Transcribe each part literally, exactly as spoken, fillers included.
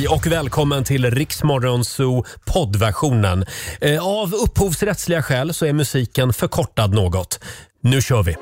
Hej och välkommen till Rix Morgon Zoo poddversionen. Eh, av upphovsrättsliga skäl så är musiken förkortad något. Nu kör vi!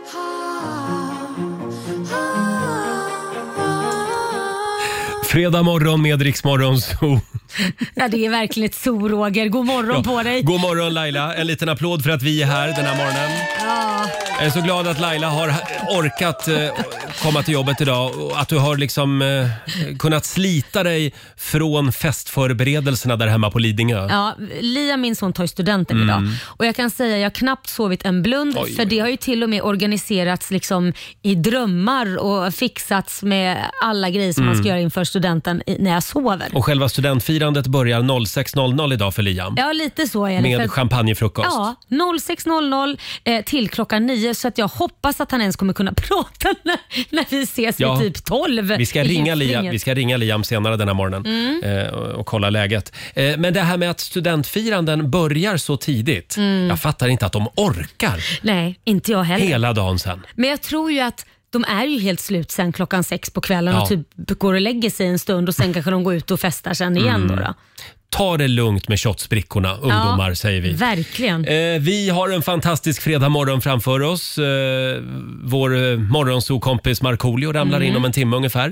Fredag morgon med Rix Morgon Zoo. Ja, det är verkligen ett zoo, Roger. God morgon ja. på dig. God morgon Laila. En liten applåd för att vi är här den här morgonen. Ja. Jag är så glad att Laila har orkat eh, komma till jobbet idag och att du har liksom eh, kunnat slita dig från festförberedelserna där hemma på Lidingö. Ja, Lia, min son, tar studenten mm. idag och jag kan säga att jag har knappt sovit en blund. Oj, för det har ju till och med organiserats liksom i drömmar och fixats med alla grejer som mm. man ska göra inför studenten när jag sover. Och själva studentfirandet börjar sex noll noll idag för Liam. Ja, lite så är det. Med för, champagnefrukost. Ja, sex noll noll eh, till klockan nio, så att jag hoppas att han ens kommer kunna prata när, när vi ses ja. vid typ tolv. Vi ska, ringa Liam, vi ska ringa Liam senare den här morgonen mm. eh, och, och kolla läget. Eh, men det här med att studentfiranden börjar så tidigt, mm. jag fattar inte att de orkar. Nej, inte jag heller. Hela dagen sen. Men jag tror ju att de är ju helt slut sen klockan sex på kvällen ja. och typ går och lägger sig en stund och sen kanske de går ut och festar sen igen mm. då, då. Ta det lugnt med shotsbrickorna, ungdomar, ja, säger vi. Verkligen. Eh, vi har en fantastisk fredag morgon framför oss. Eh, vår eh, morgonsokompis Markoolio ramlar mm. in om en timme ungefär.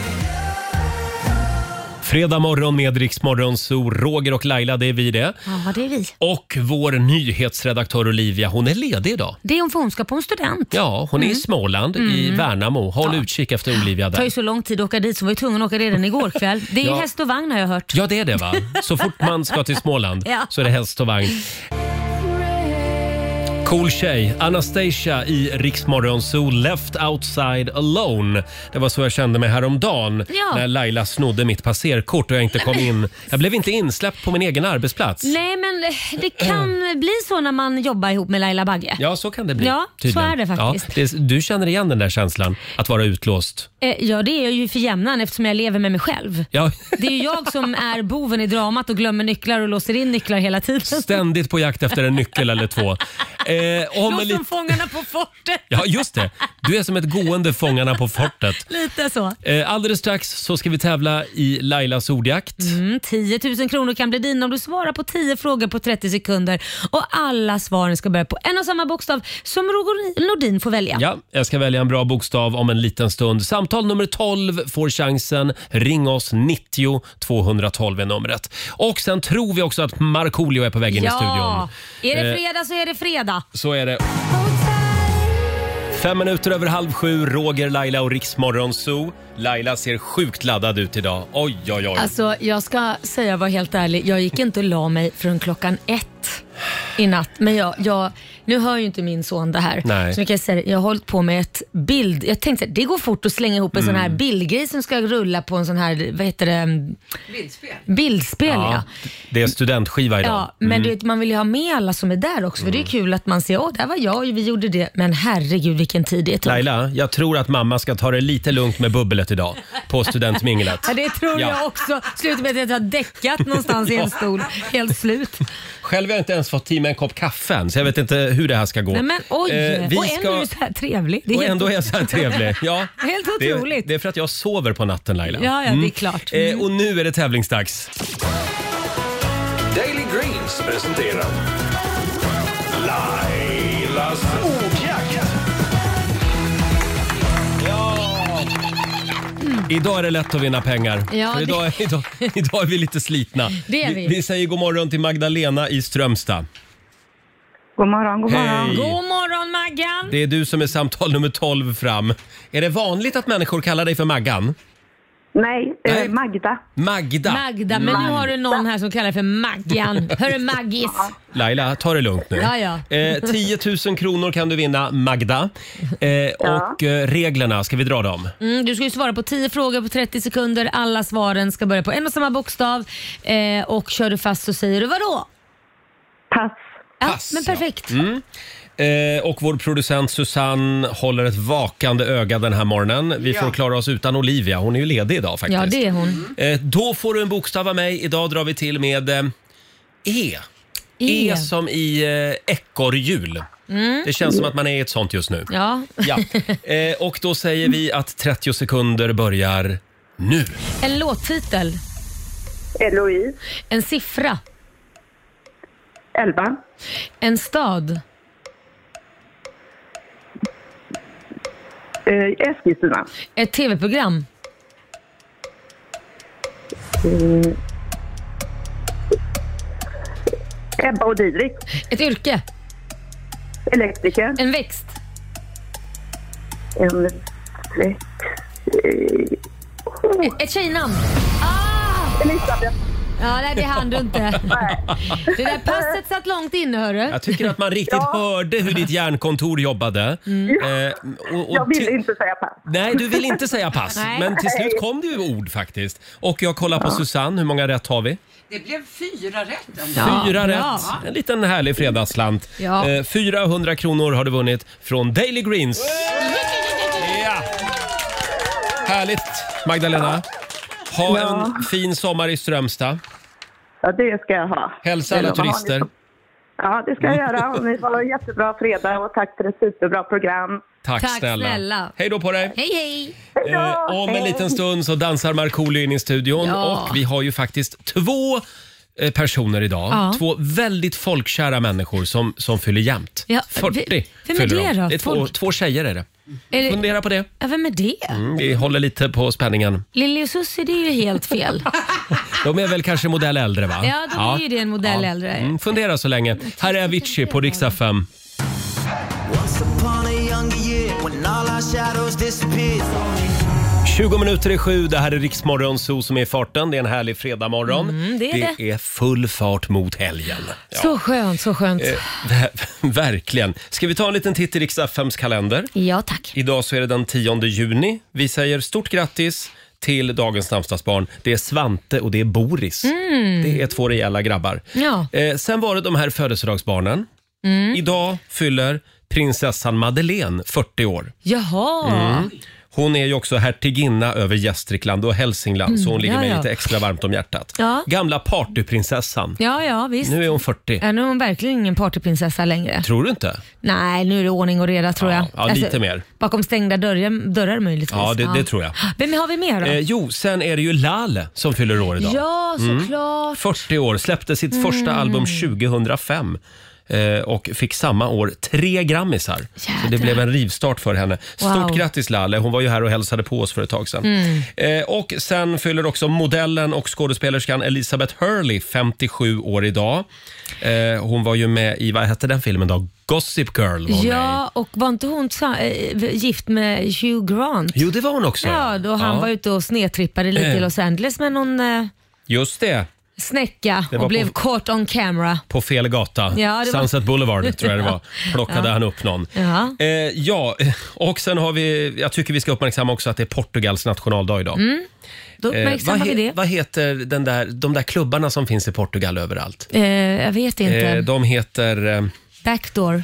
Fredag morgon med Rix Morgon Zoo. Roger och Laila, det är vi det. Ja, det är vi. Och vår nyhetsredaktör Olivia, hon är ledig idag. Det är hon, för hon ska på en student. Ja, hon är mm. i Småland, mm. i Värnamo. Håll ja. utkik efter Olivia där. Det tar ju så lång tid att åka dit, så var ju tvungen att åka redan igår kväll. Det är ja. ju häst och vagn har jag hört. Ja, det är det va? Så fort man ska till Småland ja. så är det häst och vagn. Cool tjej, Anastasia i Rix Morgon Zoo, Left Outside Alone. Det var så jag kände mig häromdagen ja. när Laila snodde mitt passerkort och jag inte kom in. Jag blev inte insläppt på min egen arbetsplats. Nej, men det kan bli så när man jobbar ihop med Laila Bagge. Ja, så kan det bli. Ja, tydligen. Så är det faktiskt. Ja, det, du känner igen den där känslan att vara utlåst? Ja, det är jag ju för jämnan eftersom jag lever med mig själv. Ja. Det är ju jag som är boven i dramat och glömmer nycklar och låser in nycklar hela tiden. Ständigt på jakt efter en nyckel eller två. Eh, om som lite... Fångarna på fortet. Ja, just det. Du är som ett gående Fångarna på fortet. Lite så. Eh, alldeles strax så ska vi tävla i Lailas ordjakt. Mm, tio tusen kronor kan bli din om du svarar på tio frågor på trettio sekunder. Och alla svaren ska börja på en och samma bokstav som Roger Nordin får välja. Ja, jag ska välja en bra bokstav om en liten stund. Samtal nummer tolv får chansen. Ring oss, nittio tvåhundratolv är numret. Och sen tror vi också att Markoolio är på väg in ja. i studion. Är det fredag så är det fredag. Så är det. Fem minuter över halv sju, Roger, Laila och Rix Morgon Zoo. Laila ser sjukt laddad ut idag. Oj, oj, oj. Alltså, jag ska säga, var helt ärlig, jag gick inte och la mig från klockan ett i natt. Men jag, jag, nu hör ju inte min son det här. Nej. Så jag kan säga, jag har hållit på med ett bild. Jag tänkte att det går fort att slänga ihop en mm. sån här bildgrej som ska rulla på en sån här, vad heter det? Bildspel. Bildspel, ja. ja. Det är studentskiva idag. Ja, men mm. du vet, man vill ju ha med alla som är där också. För mm. det är kul att man ser, åh, där var jag och vi gjorde det. Men herregud, vilken tid det tog. Laila, jag tror att mamma ska ta det lite lugnt med bubblet idag på studentminglet. Ja, det tror ja. jag också. Sluta med att jag har däckat någonstans i en stol. Helt slut. Själv har jag inte ens fått tid med en kopp kaffe än, så jag vet inte hur det här ska gå. Nej, men oj, eh, vi och ska... ändå är du så här trevlig. Det är och helt ändå är jag så här trevlig. Ja. Helt otroligt. Det, det är för att jag sover på natten, Laila. Ja, ja, det är klart. Mm. Eh, och nu är det tävlingsdags. Daily Greens presenterar Lailas ordjakt. Mm. Idag är det lätt att vinna pengar. Ja, för idag, det... idag, idag är vi lite slitna. Det är vi. vi. Vi säger god morgon till Magdalena i Strömstad. God morgon, god morgon. Hej. God morgon, Maggan. Det är du som är samtal nummer tolv fram. Är det vanligt att människor kallar dig för Maggan? Nej, Nej. Magda. Magda. Magda, men nu har du någon här som kallar dig för Maggan. Hörru Maggis. Laila, ta det lugnt nu. Ja, ja. Eh, tio tusen kronor kan du vinna, Magda. Eh, ja. Och eh, reglerna, ska vi dra dem? Mm, du ska ju svara på tio frågor på trettio sekunder. Alla svaren ska börja på en och samma bokstav. Eh, och kör du fast så säger du vadå? Pass. Ja, Pass, men perfekt. Ja. Mm. Eh, och vår producent Susanne håller ett vakande öga den här morgonen. Vi ja. får klara oss utan Olivia. Hon är ju ledig idag faktiskt. Ja, det är hon. Eh, då får du en bokstav av mig. Idag drar vi till med eh, E. E. E som i eh, ekorrhjul. Mm. Det känns som att man är i ett sånt just nu. Ja. ja. Eh, och då säger vi att trettio sekunder börjar nu. En låttitel. Eloise. En siffra. elva. En stad. Eh, Eskilstuna. Ett tv-program. Mm. Ebba och Didrik. Ett yrke. Elektriker. En växt. En fläck. Ett, ett tjejnamn. Ah! Elisabeth. Ja, nej, det hann du inte. Det där passet satt långt inne, hörru. Jag tycker att man riktigt Ja. hörde hur ditt hjärnkontor jobbade. Mm. Eh, och, och Jag vill ty- inte säga pass. Nej, du vill inte säga pass. Nej. Men till slut kom det ju ord faktiskt. Och jag kollar på Susanne, hur många rätt har vi? Det blev fyra rätt. Ja, Fyra bra. rätt. En liten härlig fredagsslant. Ja. Eh, fyrahundra kronor har du vunnit från Daily Greens. Ja. Härligt, Magdalena. Ha Ja. en fin sommar i Strömstad. Ja, det ska jag ha. Hälsa alla Vad har ni turister. för- Ja, det ska jag göra. Och ni har en jättebra fredag och tack för ett superbra program. Tack, Tack snälla. snälla. Hej då på dig. Hej, hej. Eh, om en liten stund så dansar Markoolio in i studion. Ja. Och vi har ju faktiskt två eh, personer idag. Ja. Två väldigt folkkära människor som, som fyller jämnt. Ja, fyrtio vi- vem är fyller det de. då? Det är två, Folk- två tjejer är det. Är det Fundera på det. ja, vem är det? Mm, vi håller lite på spänningen. Lili och Susie, det är ju helt fel. De är väl kanske modell äldre va? Ja, de är ju det, en modell äldre. Mm, fundera så länge. Här är Avicii på Rix F M. Once upon a younger year when all our shadows disappeared. tjugo minuter i sju, det här är Rix Morgon Zoo som är i farten. Det är en härlig fredagmorgon. Mm, det är det är full fart mot helgen. Ja. Så skönt, så skönt. Eh, ver- verkligen. Ska vi ta en liten titt i Rix F M:s kalender? Ja, tack. Idag så är det den tionde juni. Vi säger stort grattis till dagens namnsdagsbarn. Det är Svante och det är Boris. Det är två rejäla grabbar. Ja. Eh, sen var det de här födelsedagsbarnen. Idag fyller prinsessan Madeleine fyrtio år. Jaha. Hon är ju också hertiginna över Gästrikland och Hälsingland så hon ligger ja, mig ja. lite extra varmt om hjärtat. Ja. Gamla partyprinsessan. Ja, ja, visst. Nu är hon fyrtio. Ja, nu är hon verkligen ingen partyprinsessa längre. Tror du inte? Nej, nu är det ordning och reda tror Ja, jag. ja, lite mer. Bakom stängda dörrar, dörrar möjligtvis. Ja, det, det tror jag. Vem har vi mer då? Eh, jo, sen är det ju Lale som fyller år idag. ja, såklart. fyrtio år, släppte sitt första Mm. album tjugohundrafem. Eh, och fick samma år tre grammisar. Så det Jädrar. blev en rivstart för henne. Stort Wow. Mm. grattis Lalle, hon var ju här och hälsade på oss för ett tag sedan. Eh, och sen fyller också modellen och skådespelerskan Elizabeth Hurley femtiosju år idag. Eh, hon var ju med i, vad hette den filmen då? Gossip Girl var hon med i. Ja, och var inte hon sa- äh, gift med Hugh Grant? Jo, det var hon också. Ja, då han Ja. var ute och snedtrippade lite Eh. i Los Angeles med någon äh, Just det. snäcka Det var och blev på- caught on camera. På fel gata. Ja, det var- Sunset Boulevard tror jag det var. Plockade Ja. han upp någon. Ja. Eh, ja, och sen har vi, jag tycker vi ska uppmärksamma också att det är Portugals nationaldag idag. Då Eh, uppmärksammar vad, vi he- det. vad heter den där, de där klubbarna som finns i Portugal överallt? Eh, jag vet inte. Eh, de heter... Eh, Backdoor.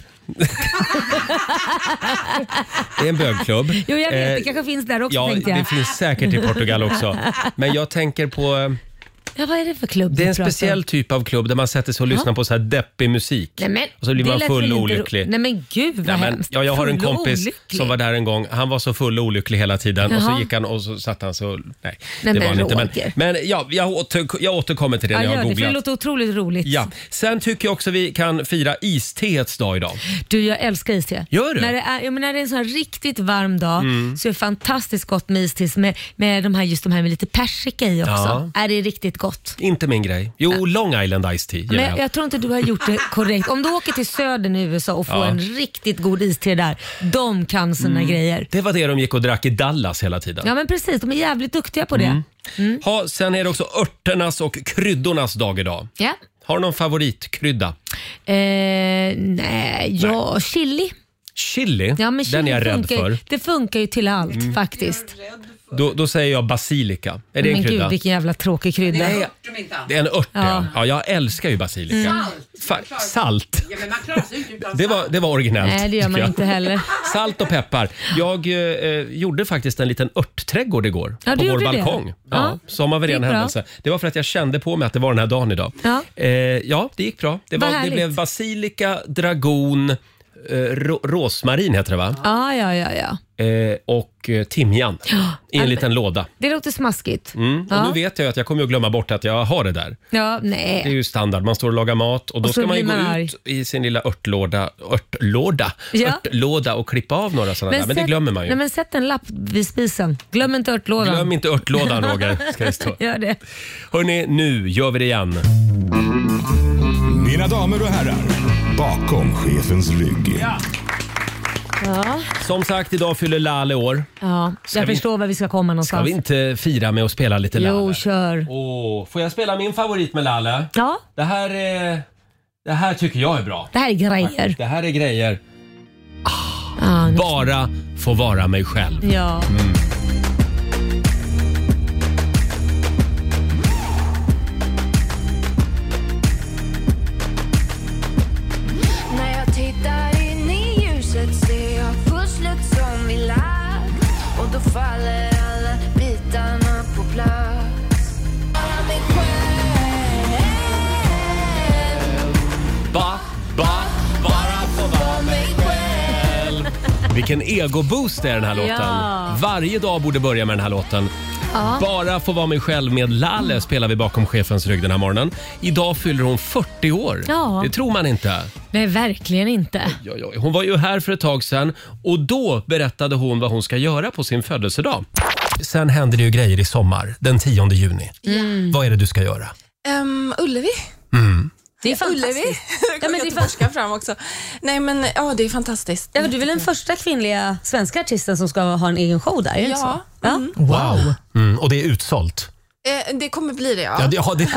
det är en bögklubb. Jo, jag vet. Eh, Det kanske finns där också Ja, tänkte jag. det finns säkert i Portugal också. Men jag tänker på... eh, Ja, vad är det för klubb Det är en vi pratar om? speciell typ av klubb där man sätter sig och lyssnar på så här deppig musik. Nej, men, och så blir det man lät full väl och inte ro- olycklig. Nej men gud vad Ja, men, hemskt. ja, jag har en Full och kompis olycklig. som var där en gång. Han var så full och olycklig hela tiden och så Jaha. gick han och så satt han så... Nej, Nej, det men var han inte. Men, Roger. men ja, jag, åter, jag återkommer till det Ja, när jag gör har det, för det googlat. låter otroligt roligt. Ja. Sen tycker jag också vi kan fira isteets dag idag. Du, jag älskar iste. Gör du? När det är, ja, men när det är en sån här riktigt varm dag så är det fantastiskt gott med iste med, med de här, just de här med lite persika i också. Ja. Är det riktigt gott? Inte min grej. Jo, Long Island Ice Tea gillar Men jag. jag tror inte du har gjort det korrekt. Om du åker till södern i U S A och får Ja. en riktigt god iste där, de kan sina grejer. Det var det de gick och drack i Dallas hela tiden. Ja men precis, de är jävligt duktiga på det. Ha, sen är det också örternas och kryddornas dag idag. Ja. Har du någon favoritkrydda? Eh, nej, ja, chili. Chili, Ja, men chili den är jag rädd funkar, för. Det funkar ju till allt faktiskt. Då, då säger jag basilika. Är det en Men krydda? gud vilken jävla tråkig krydda. Det är örter inte annat. Det är en ört, ja. Ja. ja. Jag älskar ju basilika. Salt. Fa- salt. Ja, men man klarar sig inte utan Det var, det var originellt. Nej det gör tycker man jag. inte heller. Salt och peppar. Jag eh, gjorde faktiskt en liten örtträdgård igår Ja, på du vår gjorde det. balkong. Ja, Ja, som av en det ren gick bra. händelse. Det var för att jag kände på mig att det var den här dagen idag. Ja. Eh, ja det gick bra. Det, Vad var, det härligt. blev basilika, dragon, eh, ro- rosmarin heter det va? Ja, ja, ja, ja. Eh, och eh, timjan i en liten låda. Det låter smaskigt. Mm. Och Ja. nu vet jag att jag kommer att glömma bort att jag har det där. Ja, Det är nej. ju standard. Man står och lagar mat och då Och så ska man ju blir gå man arg. ut i sin lilla örtlåda, örtlåda, Ja. örtlåda och klippa av några sådana där. Men det sätt- glömmer man ju. Nej, men sätt en lapp vid spisen. Glöm inte örtlådan. Glöm inte örtlådan, Roger. Ska det stå. Gör det. Hörrni, nu gör vi det igen. Mina damer och herrar, bakom chefens rygg. Ja, Som sagt, idag fyller Lale år. ja. jag vi- förstår var vi ska komma Ska någonstans. vi inte fira med att spela lite Lale? Jo, kör. Åh, får jag spela min favorit med Lale? Ja, Det här är... Det här tycker jag är bra. det här är grejer. Det här är grejer. Ja, nu- Bara få vara mig själv. ja. När jag tittar in i ljuset ser jag pusslet som vi lagt och då faller alla bitarna på plats. Bara mig själv. Ba, ba, bara få vara mig själv. Vilken egoboost är den här låten. Ja. Varje dag borde börja med den här låten. Bara få vara mig själv med Lale spelar vi bakom chefens rygg den här morgonen. Idag fyller hon fyrtio år. Ja. Det tror man inte. Nej, verkligen inte. Oj, oj. Hon var ju här för ett tag sedan och då berättade hon vad hon ska göra på sin födelsedag. Sen händer det ju grejer i sommar, den tionde juni. Mm. Vad är det du ska göra? Um, Ullevi. Det är fantastiskt. Ullevi. Ja, men det är fan- Göteborgska fram också. Nej men ja, det är fantastiskt. Ja, men du är väl den första kvinnliga svenska artisten som ska ha en egen show där? Är det inte Ja. så? Ja. Mm. Wow. Mm, och det är utsålt. Eh, det kommer bli det ja. Ja, det, ja, det,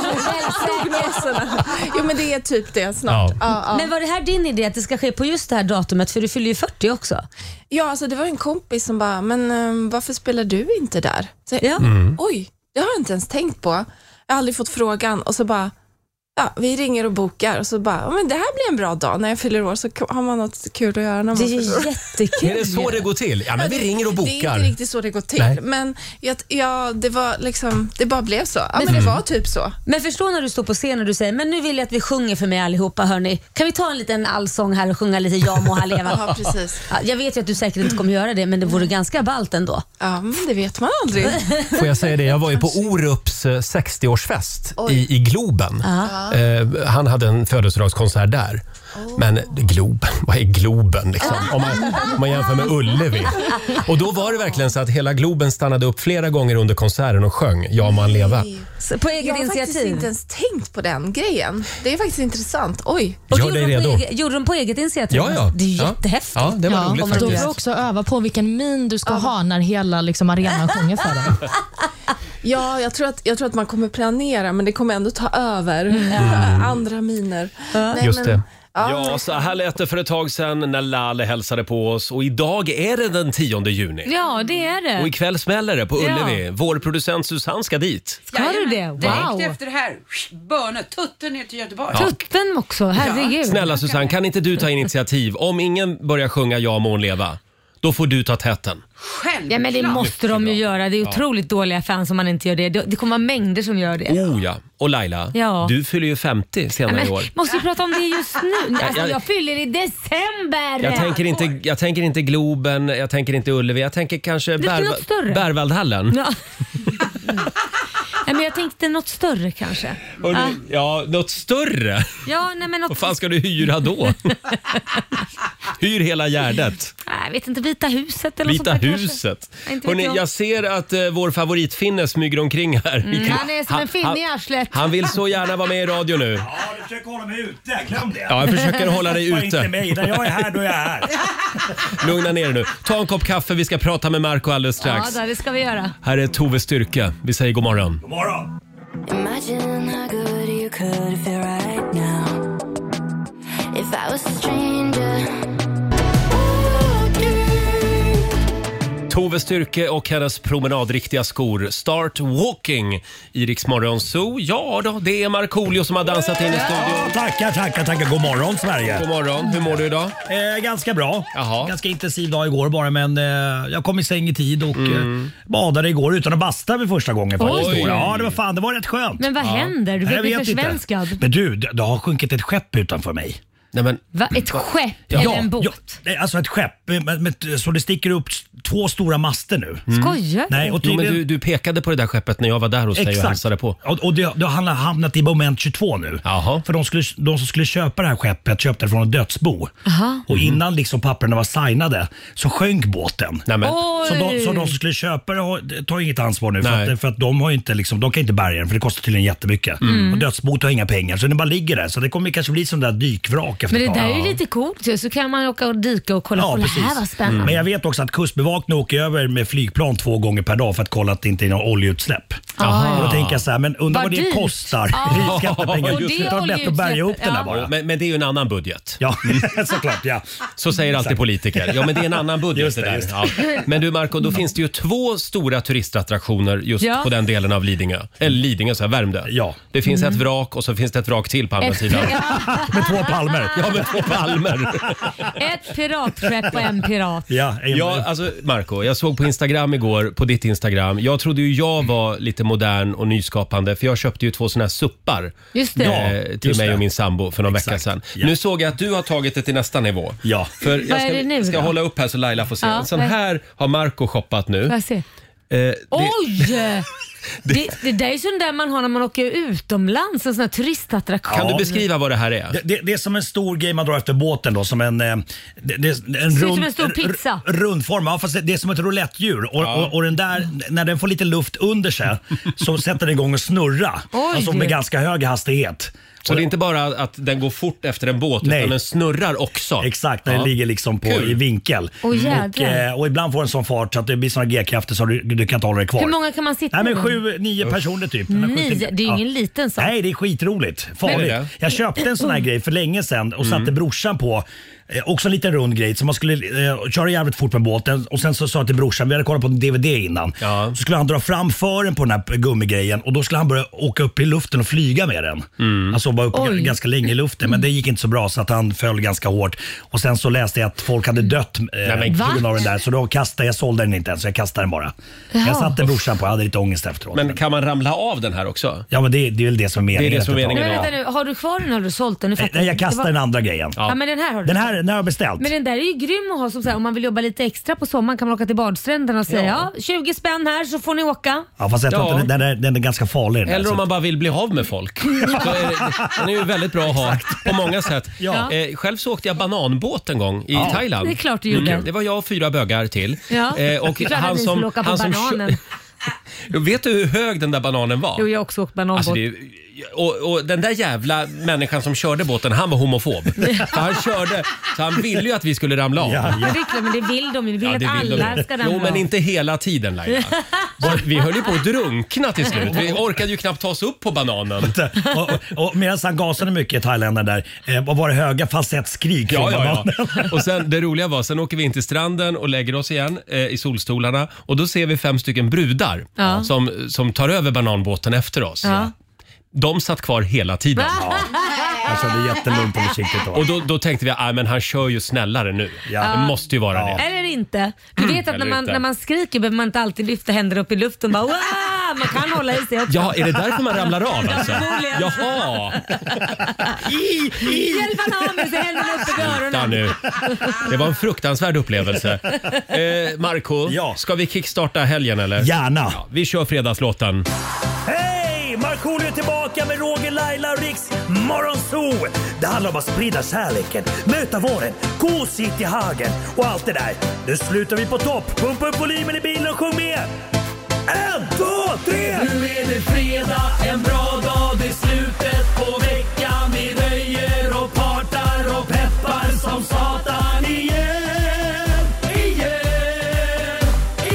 Prognoserna. Jo men det är typ det snart. Ja. Ja. Ja, Men var det här din idé att det ska ske på just det här datumet? För du fyller ju fyrtio också. ja alltså det var en kompis som bara, men um, varför spelar du inte där? Så, Ja. Oj, det har jag inte ens tänkt på. Jag har aldrig fått frågan och så bara, ja, vi ringer och bokar och så bara, ja, men det här blir en bra dag. När jag fyller år så har man något kul att göra. När man Det är ju fyller år. jättekul. är det så det går till? Ja, men vi ringer och Det är bokar. inte riktigt så det går till. Nej. Men jag, ja, det var liksom, det bara blev så. Ja, men det var typ så. Men förstå när du står på scen och du säger, men nu vill jag att vi sjunger för mig allihopa, hörni. Kan vi ta en liten allsång här och sjunga lite Jag må ha leva? Ja, precis. Ja, jag vet ju att du säkert inte kommer göra det, men det vore ganska ballt ändå. Ja, men det vet man aldrig. Får jag säga det? Jag var ju på Orups eh, sextioårsfest Oj. i, i Globen. Eh, han hade en födelsedagskonsert där. Men Globen, vad är Globen liksom? Om man, om man jämför med Ullevi. Och då var det verkligen så att hela Globen stannade upp flera gånger under konserten och sjöng Ja man leva. Så på eget Jag har faktiskt initiativ. inte ens tänkt på den grejen. Det är faktiskt intressant. Oj. Och Gör gjorde, dig de på redo. eget, gjorde de på eget initiativ? Ja, ja. Det är ju Ja. jättehäftigt. Ja, det var Ja, roligt och då får faktiskt. du också öva på vilken min du ska ha när hela liksom, arenan sjunger för dig. Ja, jag tror, att, jag tror att man kommer planera, men det kommer ändå ta över äh, andra miner. Nej, Just men, det. Ja, Ja, så här lät det för ett tag sedan när Lale hälsade på oss och idag är det den tionde juni. Ja, det är Och det. ikväll smäller det på Ja. Ullevi. Vår producent Susanne ska dit. Ska du det? Direkt Wow. efter det här, Börne, tutten ner till Göteborg. Tutten också, herregud. Snälla Susanne, kan inte du ta initiativ? Om ingen börjar sjunga Ja må hon leva, då får du ta täten. Självklart. Ja, men det måste de ju göra. Det är otroligt dåliga fans om man inte gör det. Det det kommer vara mängder som gör det. Oh ja. Och Laila, Ja. du fyller ju femtio senare Men, i år. måste vi prata om det just nu? Alltså, jag- jag fyller i december. Jag tänker, inte, jag tänker inte Globen, jag tänker inte Ullevi, jag tänker kanske Det är Berva- något större. Berwaldhallen. Ja. Nej, men jag tänkte något större kanske. Och Ja. nu- Ja, något större? Ja, nej, men något... Vad fan ska du hyra då? Hyr hela Gärdet. Nej, jag vet inte, Vita huset eller Vita något sånt där kanske. huset. Ja, inte vet Hörrni, jag. jag ser att eh, vår favoritfinne smyger omkring här. Mm, han är som en finne i arslet. Han vill så gärna vara med i radio nu. Ja, du försöker hålla mig ute. Glöm det. Ja, jag försöker hålla dig Bara ute. inte mig. När jag är här, då är jag här. Lugna ner dig nu. Ta en kopp kaffe, vi ska prata med Marco alldeles Ja, strax. då, det ska vi göra. Här är Tove Styrke. Vi säger god morgon. God morgon. Imagine how good you could feel right now. If I was a stranger. Tove Styrke och hennes promenadriktiga skor. Start walking i Rix Morgon Zoo. Ja då, det är Markoolio som har dansat in i Ja, studion. tackar, tackar, tackar. God morgon, Sverige. God morgon, hur mår du idag? Eh, ganska bra. Jaha. Ganska intensiv dag igår bara, men eh, jag kom i säng i tid och Mm. eh, badade igår utan att basta för första gången. Faktiskt. Oj. Ja, det var fan, det var rätt skönt. Men vad händer? Du Jag blir vet inte. försvenskad. Men du, det, det har sjunkit ett skepp utanför mig. Nej, men, Va? Ett skepp Ja, eller en båt? Ja, alltså ett skepp. Med, med, så det sticker upp två stora master nu. Mm. Skojar Nej, och jo, men du, du pekade på det där skeppet när jag var där hos dig och hälsade på. Och, och det, det har hamnat i moment tjugotvå nu. Jaha. För de, skulle, de som skulle köpa det här skeppet köpte det från ett dödsbo. Aha. Och innan liksom papperna var signade så sjönk båten. Nej, men. Så, de, så de som skulle köpa det har, tar inget ansvar nu. För att, för att de har inte liksom, de kan inte bärga den för det kostar tydligen jättemycket. Mm. Och dödsboet har inga pengar så den bara ligger där. Så det kommer kanske bli som där dykvrak efter. Men det där är ju lite coolt. Så kan man åka och dyka och kolla ja, på precis. det här, vad spännande. Mm. Men jag vet också att kustbevakningen åker över med flygplan två gånger per dag för att kolla att det inte är några oljeutsläpp. Aha. Och då tänker jag så här, men undrar vad, vad det dyrt. kostar. Ah. Skattepengar. Och det Det är lätt att bärga upp ja. den där bara. Men, men det är ju en annan budget. Ja, såklart. Ja. Så säger alltid politiker. Ja, men det är en annan budget Just det, det där. just det. Ja. Men du Marco, då finns det ju två stora turistattraktioner just Ja. på den delen av Lidingö. Eller Lidingö, så här, Värmdö. Ja. Det finns Mm. ett vrak och så finns det ett vrak till på andra Ett- sidan. Med två palmer. Ja, med två palmer. Ett piratskepp och en pirat. Ja, en, Ja, alltså Marco, jag såg på Instagram igår, på ditt Instagram. Jag trodde ju jag var lite modern och nyskapande för jag köpte ju två såna här suppar Just det. eh, till just mig det. och min sambo för någon Exakt. vecka sedan. Ja. Nu såg jag att du har tagit det till nästa nivå. Ja. För jag Vad ska, är det nu ska då? hålla upp här så Laila får se. Ja, En sån vad- här har Marco shoppat nu. Får jag se? Eh, det, Oj! Det, det där är sån där man har när man åker utomlands, en sån här turistattraktion. Kan du beskriva vad det här är? Det, det, det är som en stor grej man drar efter båten då, som en, eh, det, det, en Ser ut rund, som en stor pizza. r- rundform. Ja, fast det, det är som ett roulettdjur och, Ja. och, och den där, när den får lite luft under sig så sätter den igång och snurra. Oj. Alltså med ganska hög hastighet. Så det är inte bara att den går fort efter en båt Nej. utan den snurrar också. Exakt, när Ja. den ligger liksom på, Kul. i vinkel. Åh, och, jädrar. eh, och ibland får den sån fart så att det blir såna G-krafter så du, du kan inte hålla dig kvar. Hur många kan man sitta Nej, men med? sju, nio personer typ. Den har Nio? skjutit- Det är ju ja. ingen liten sak. Nej, det är skitroligt. Är Farligt. det? Jag köpte en sån här grej för länge sedan och Mm. satte brorsan på. Eh, också en liten rund grej så man skulle eh, köra jävligt fort med båten och sen så sa jag till brorsan, vi hade kollat på en D V D innan. Ja. Så skulle han dra fram fören på den här gummigrejen och då skulle han börja åka upp i luften och flyga med den. Mm. Alltså vara uppe Oj. g- ganska länge i luften men det gick inte så bra så att han föll ganska hårt. Och sen så läste jag att folk hade dött eh, men- på grund av Va? den där så då kastade jag, sålde den inte ens så jag kastade den bara. Jaha. Jag satte brorsan på, jag hade lite ångest efteråt. Men kan man ramla av den här också? Ja men det, det är väl det som är meningen. Det är det som är efter ett tag. meningen, Men vänta nu, har du kvar den eller har du sålt den? Nu fattar Nej, jag inte. kastar Det var- den andra grejen. Ja. men den här har du. Den här, den här har jag beställt. Men den där är ju grym att ha som så här, om man vill jobba lite extra på sommaren kan man åka till badstränderna och säga ja. tjugo spänn här så får ni åka. Ja, fast jag tror Ja. att den, den, är, den är ganska farlig. Den där, Eller så- om man bara vill bli av med folk. Så är det, den är ju väldigt bra att ha på många sätt. Ja. Eh, själv så åkte jag bananbåt en gång i Ja. Thailand. Det är klart du gjorde. Det var jag och fyra bögar till. Ja. Eh, och Det är klart att han ni som, skulle åka på han som bananen. Vet du hur hög den där bananen var? Jo, jag har också åkt bananbåt. Alltså det, är- och, och den där jävla människan som körde båten, han var homofob. För han körde, så han ville ju att vi skulle ramla av. Ja, Men det är klart, men det vill de ju. Vi vill Ja, att det vill de. alla ska ramla Jo, men av. inte hela tiden Laila. Så vi höll ju på att drunkna till slut. Vi orkade ju knappt ta oss upp på bananen. och, och, och medan han gasade mycket i Thailand där, eh, vad var det höga falsettskrik Ja, från ja, ja. bananen. Och sen det roliga var, sen åker vi in till stranden och lägger oss igen eh, i solstolarna och då ser vi fem stycken brudar Ja. som, som tar över bananbåten efter oss. Ja. De satt kvar hela tiden. Han körde jättelugnt och försiktigt då. Och då, då tänkte vi, ah, men han kör ju snällare nu. Ja. Det måste ju vara Ja. det. Eller inte. Du vet att Eller när man, inte. när man skriker behöver man inte alltid lyfta händerna upp i luften och bara Wah! Man kan hålla i sig också. Ja, är det därför man ramlar av alltså? Förmodligen. Jaha! Hjälp han av med sig händerna upp i Vänta öronen. nu. Det var en fruktansvärd upplevelse. Eh, Marco, Ja. ska vi kickstarta helgen eller? Gärna. Ja, vi kör fredagslåten. Hej! Markoolio är tillbaka med Roger, Laila och Riks Morgonzoo. Det handlar om att sprida kärleken, möta våren, gosigt i hagen och allt det där. Nu slutar vi på topp. Pumpa upp volymen i bilen och sjung med. En, två, tre! Nu är det fredag, en bra dag, det är slutet på veckan. Vi röjer och partar och peppar som satan igen, igen,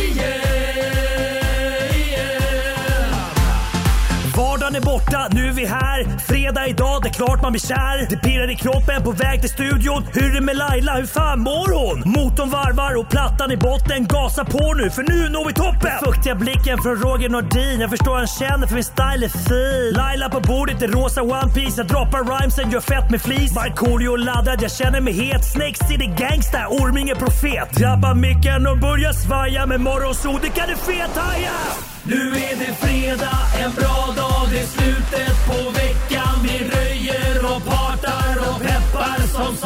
igen, igen. Vardagen är borta, nu är vi här. Fredag idag, det är klart man blir kär. Det pirrar i kroppen på väg till studion. Hur är det med Laila, hur fan mår hon? Motorn varvar och plattan i botten. Gasa på nu, för nu når vi toppen. Fuktiga blicken från Roger Nordin. Jag förstår han känner för min style är fin. Laila på bordet i rosa One Piece. Jag droppar rhymesen, gör fett med flis. Markoolio laddad, jag känner mig het. Snakes City gangsta, Orminge profet. Drabbar micken och börjar svaja. Med Morgonzoo, det kan du fethaja. Nu är det fredag, en bra dag, det är slutet på veckan. Vi röjer och partar och peppar som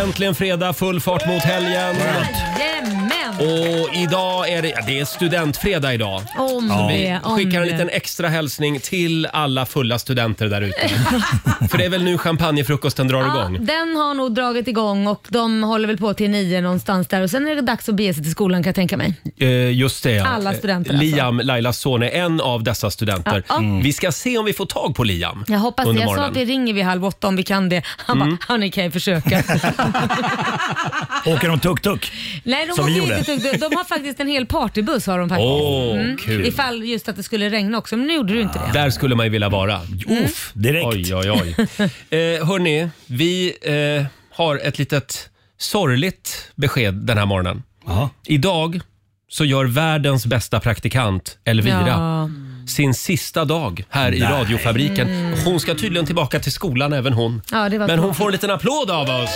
äntligen fredag, full fart mot helgen. Jajamän. Och idag är det, ja, det är studentfredag idag. Om Så vi det, om skickar en det. liten extra hälsning till alla fulla studenter där ute. För det är väl nu champagnefrukosten drar Ja, igång. den har nog dragit igång och de håller väl på till nio någonstans där och sen är det dags att bege sig till skolan kan jag tänka mig. Eh, just det. Alla studenter alltså. Liam, Lailas son, är en av dessa studenter. Ja, ja. Vi ska se om vi får tag på Liam. Jag hoppas det. under Jag sa morgonen. att vi ringer vid halv åtta om vi kan det. Han Mm. bara, hörni kan jag försöka. Åker de tuk-tuk? Nej, de, Som vi har gjorde. inte, de har faktiskt en hel partybuss har de faktiskt. Åh, kul. Ifall just att det skulle regna också, men nu gjorde du inte det. Där skulle man ju vilja vara. Uff, direkt. Oj, oj, oj. eh, hörni, vi eh, har ett litet sorgligt besked den här morgonen. Aha. Idag så gör världens bästa praktikant Elvira Ja. sin sista dag här i Nej. radiofabriken. Mm. Hon ska tydligen tillbaka till skolan, även hon. Ja, det var Men hon tråkigt. får en liten applåd av oss.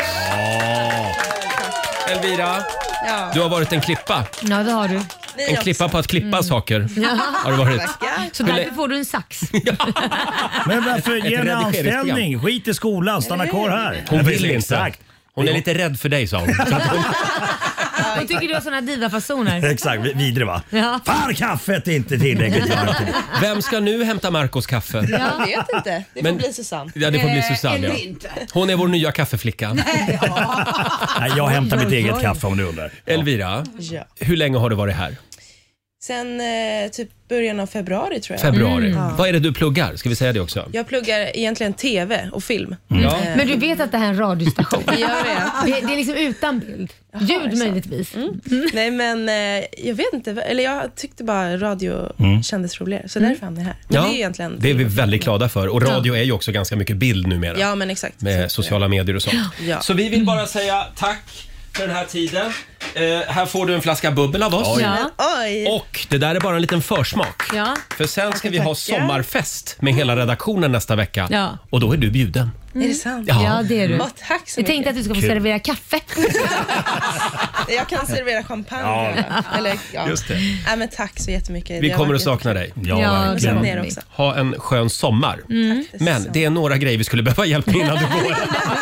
Elvira, Ja. du har varit en klippa. Ja, det har du. En klippa på att klippa saker. Har det varit. Så Hur därför lä- får du en sax. Men varför ge en redigeringsprogram. anställning? Skit i skolan, stanna kvar här. Hon Ja, vill precis, inte. Exakt. Hon är lite rädd för dig, sa hon. Så att hon Jag tycker du har såna diva-fasoner. Exakt, vidre va? Ja. Fan, kaffet är inte tillräckligt varmt. Vem ska nu hämta Marcos kaffe? Jag vet inte. Det får Men- bli Susanne. Ja, det får bli Eh, Susanne. eller Ja. inte. Hon är vår nya kaffeflicka. Nej, jag hämtar mitt eget kaffe om du undrar. Elvira, Ja. hur länge har du varit här? Sen eh, typ början av februari tror jag. Februari. Vad är det du pluggar? Ska vi säga det också? Jag pluggar egentligen tv och film. Ja. Men du vet att det här är en radiostation? Gör det? Det, det är liksom utan bild. är Ljud det så? möjligtvis. Nej men eh, jag vet inte, eller jag tyckte bara radio kändes roligare så därför hamnade jag här. Men Ja, det är egentligen det är vi väldigt glada för. Och radio är ju också ganska mycket bild numera. Ja men exakt. Med sociala medier och sånt. Ja. Så vi vill bara säga tack för den här tiden. Eh, här får du en flaska bubbel av oss. Ja. Oj! Och det där är bara en liten försmak. Ja. För sen ska vi ha tackar. sommarfest med hela redaktionen nästa vecka. Ja. Och då är du bjuden. Är det sant? Ja. Ja, det är du. Åh, tack så Jag mycket. tänkte att du ska få servera kaffe. Jag kan servera champagne. Ja. Eller, eller, ja. Just det. Nej, men tack så jättemycket. Vi Det har kommer att varit sakna dig. Ja, Ja, verkligen. jättekul. det Ner var också. Ha en skön sommar. Men det är några grejer vi skulle behöva hjälp med innan du går.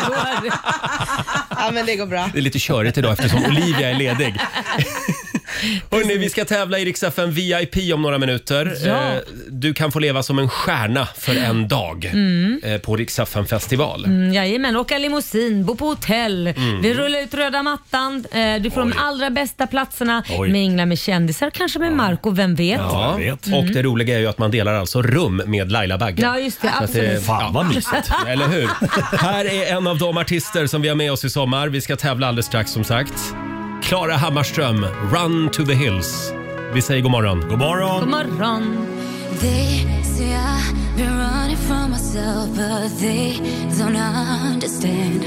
Ja men det går bra. Det är lite körigt idag eftersom Olivia är ledig. Hörrni, vi ska tävla i Rix F M V I P om några minuter. Ja. Eh, Du kan få leva som en stjärna för en dag eh, på Rix F M festival. Mm, jajamän, åka limousin, bo på hotell. Vi rullar ut röda mattan. Eh, du får Oj. de allra bästa platserna. Oj. Mingla med kändisar, kanske med Marco, vem vet? Ja, jag vet. och det roliga är ju att man delar alltså rum med Laila Bagge. Ja, just det. Så att Absolut. Fan vad mysigt. Eller hur? Här är en av de artister som vi har med oss i sommar. Vi ska tävla alldeles strax som sagt. Klara Hammarström, Run to the Hills. Vi säger god morgon. God God morgon. morgon. They say I've been running from myself, but they don't understand.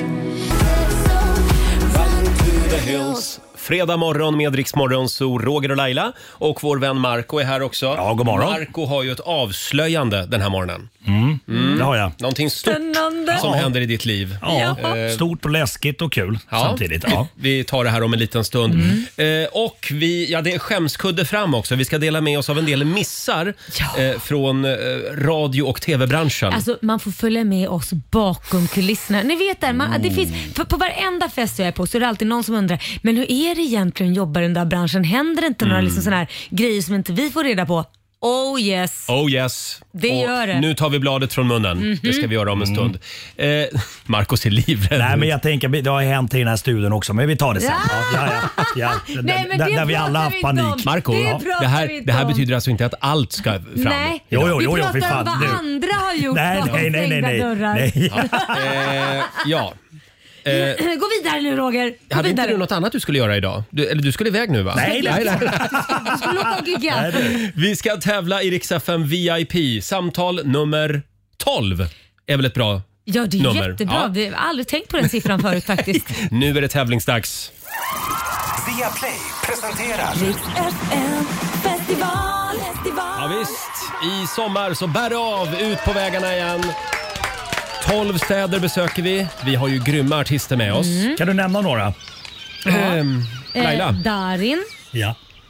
Run to the hills. Fredag morgon med Rix Morgon, så Roger och Laila och vår vän Marco är här också. Ja, god morgon. Marco har ju ett avslöjande den här morgonen. Det har jag. Någonting stort Spännande. som Ja. händer i ditt liv. Ja, Eh, stort och läskigt och kul Ja. samtidigt. Ja. Vi tar det här om en liten stund. Eh, och vi, ja, det är skämskudde fram också. Vi ska dela med oss av en del missar eh, från eh, radio- och tv-branschen. Alltså man får följa med oss bakom kulisserna. Ni vet där, man, det finns, för på varenda fest jag är på så är det alltid någon som undrar, men hur är det egentligen att jobba i den där branschen? Händer det inte några liksom såna här grejer som inte vi får reda på? Oh yes. Oh yes. Det och gör det. Nu tar vi bladet från munnen. Det ska vi göra om en stund. Eh, Marcus är livrädd. Nej men jag tänker, det har hänt i den här studion också, men vi tar det sen. Ja. Ja, ja, ja. ja. Nej, men där, det där vi alla pratar har vi haft inte panik. om. Marco, Det ja, pratar det, här, vi inte det här om. betyder alltså inte att allt ska fram. Nej, Jo, jo, vi jo, jo, pratar för fan, om vad nu. andra har gjort Nej, bakom nej, nej, nej, stängda nej. dörrar. nej. Eh, ja. Eh, Gå vidare nu Roger. Gå hade inte vidare. du något annat du skulle göra idag? Du, eller du skulle iväg nu va? Nej, nej. Du skulle åka och gigga. Nej, du. Vi ska tävla i Rix F M V I P. Samtal nummer tolv är väl ett bra Ja, det är nummer. jättebra. Ja. Det- Jag har aldrig tänkt på den siffran förut faktiskt. Nu är det tävlingsdags. Via Play presenterar Rix F M festival, festival. Ja, visst, i sommar så bär det av ut på vägarna igen. tolv städer besöker vi. Vi har ju grymma artister med oss. Kan du nämna några? Ehm, Laila. Eh, Darin, Ja.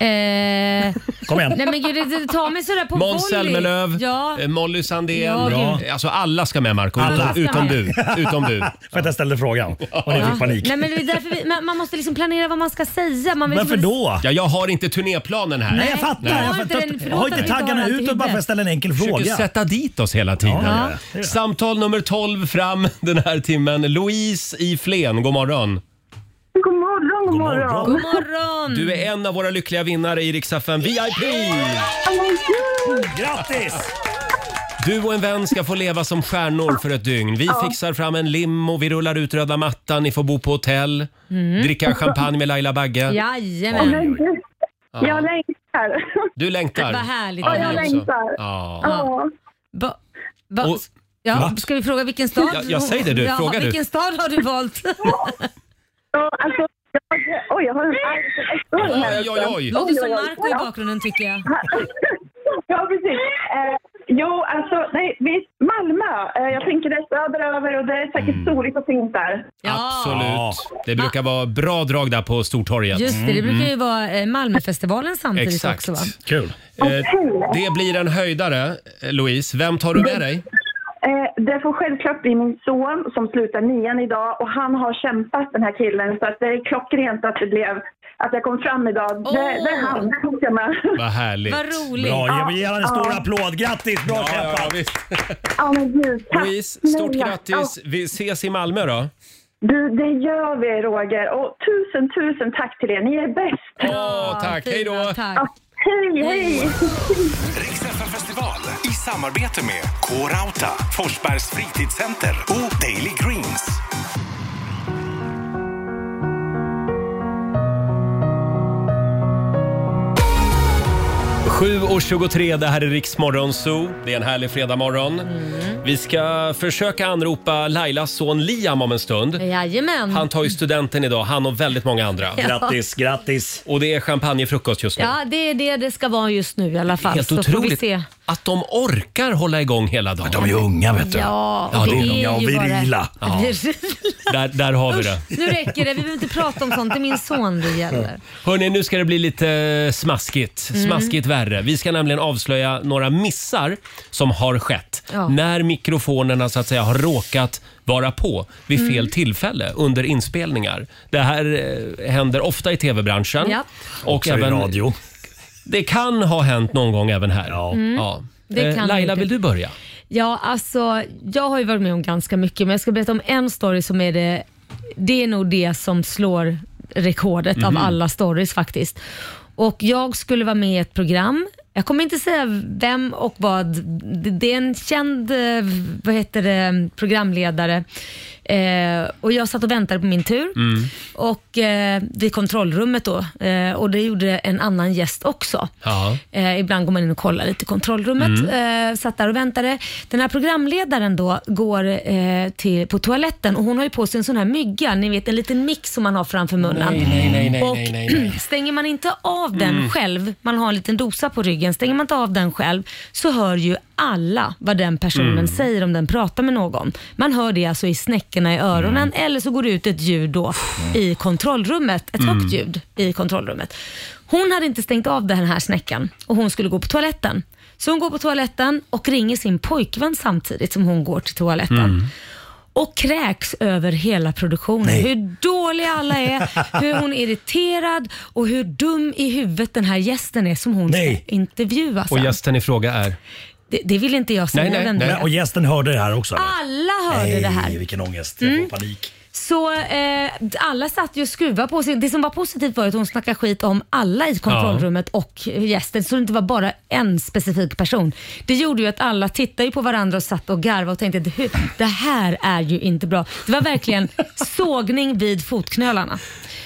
Eh, Kom igen. Nej men gud, det, det tar mig sådär på Måns volley. Zelmerlöw, Ja. eh, Molly Sandén. Ja, Bra. gud. Alltså alla ska med, Marco. Alla. Utom, utom du. Utom du. För att jag ställde frågan. Och ni fick panik. Nej, men det är därför vi, man, man måste liksom planera vad man ska säga. Man vet Varför vad det- då? Ja, jag har inte turnéplanen här. Nej, jag fattar. Nej. Jag, Jag har fattar. inte den- jag har inte förlåt att vi taggarna har allt i ut och bara för att ställa en enkel Försöker fråga. sätta dit oss hela tiden. Ja, ja, ja. Samtal nummer tolv fram den här timmen. Louise i Flen, god morgon. God morgon, god morgon. God morgon! Du är en av våra lyckliga vinnare i Rix F M V I P. Grattis! Du och en vän ska få leva som stjärnor för ett dygn. Vi fixar fram en limo, vi rullar ut röda mattan, ni får bo på hotell, dricka champagne med Laila Bagge. Jajamän. Men gud, jag längtar. Du längtar? Vad härligt. Ja, Ja, jag jag också. längtar. Ja. Ja. Va, va, Och- ja, Va? ska vi fråga vilken stad? Ja, jag säger det du, ja, fråga du. Vilken stad har du valt? Ja, alltså, jag, oj, jag har en arg här. Oj, oj, oj. Låter som Marco i bakgrunden tycker jag. Ja, precis. Eh, jo, alltså, nej, vi, Malmö. Eh, jag tänker det är söderöver och det är säkert soligt och fint där. Absolut. Det brukar vara bra drag där på Stortorget. Just det, det brukar ju vara eh, Malmöfestivalen samtidigt Exakt. också va? Kul. Eh, det blir en höjdare, eh, Louise. Vem tar du med dig? Eh, det får självklart bli min son som slutar nian idag och han har kämpat, den här killen, så att det är klockrent att det blev att jag kom fram idag. Det, det är han. Vad härligt. Vad roligt. Bra, ge honom en stor Ja. applåd. Grattis, bra Ja, ja, kämpat. ja, visst. Ja, men gud, tack Louise, stort snälla. grattis. Vi ses i Malmö då. Du, det gör vi Roger. Och tusen, tusen tack till er. Ni är bäst. Åh, tack. Hej då. Tack. Ja, hej, hej. Rix F M festival i samarbete med K-Rauta, Forsbergs fritidscenter och Daily Greens. sju och tjugotre, det här är Rix Morgon Zoo. Det är en härlig fredagmorgon. Vi ska försöka anropa Lailas son Liam om en stund. Jajamän. Han tar ju studenten idag, han och väldigt många andra. Ja. Grattis, grattis. Och det är champagnefrukost just nu. Ja, det är det det ska vara just nu i alla fall. Helt Så får vi otroligt se. att de orkar hålla igång hela dagen. De är unga, vet du. Ja, Ja, och det är unga och ju bara- virila. Ja. Där, där har vi det. Nu räcker det, vi behöver inte prata om sånt. Det är min son det gäller. Hörrni, nu ska det bli lite smaskigt. Smaskigt värre. Vi ska nämligen avslöja några missar som har skett. Ja. När mikrofonerna så att säga har råkat vara på vid fel tillfälle under inspelningar. Det här eh, händer ofta i tv-branschen. Ja. Och Också i även, radio. det kan ha hänt någon gång även här. Ja. Ja. Det Eh, kan Laila, det. vill du börja? Ja, alltså jag har ju varit med om ganska mycket, men jag ska berätta om en story som är det, det är nog det som slår rekordet av alla stories faktiskt. Och jag skulle vara med i ett program. Jag kommer inte säga vem och vad. Det- Det är en känd eh, vad heter det, programledare. Eh, och jag satt och väntade på min tur. Och eh, vid kontrollrummet då. Eh, och det gjorde en annan gäst också. Ja. Eh, ibland går man in och kollar lite i kontrollrummet. Eh, satt där och väntade. Den här programledaren då går eh, till, på toaletten och hon har ju på sig en sån här mygga. Ni vet en liten mix som man har framför munnen. Nej, nej, nej, nej, och nej, nej, nej. stänger man inte av den själv, man har en liten dosa på ryggen, stänger man inte av den själv så hör ju alla vad den personen säger om den pratar med någon. Man hör det alltså i snäckorna i öronen eller så går det ut ett ljud då i kontrollrummet, ett högt ljud i kontrollrummet. Hon hade inte stängt av den här snäckan och hon skulle gå på toaletten. Så hon går på toaletten och ringer sin pojkvän samtidigt som hon går till toaletten. Och kräks över hela produktionen. Nej. Hur dåliga alla är, hur hon är irriterad och hur dum i huvudet den här gästen är som hon Nej. ska intervjua sen. Och gästen i fråga är? Det, det vill inte jag säga. Nej, nej, vem det nej. är. Och gästen hörde det här också? eller? Alla hörde Nej, det här. vilken ångest. Jag får panik. Så eh, alla satt ju och skruvade på sig. Det som var positivt var att hon snackade skit om alla i kontrollrummet och gästen, så det inte var bara en specifik person. Det gjorde ju att alla tittade ju på varandra och satt och garvade och tänkte "Det- det här är ju inte bra. Det var verkligen sågning vid fotknölarna.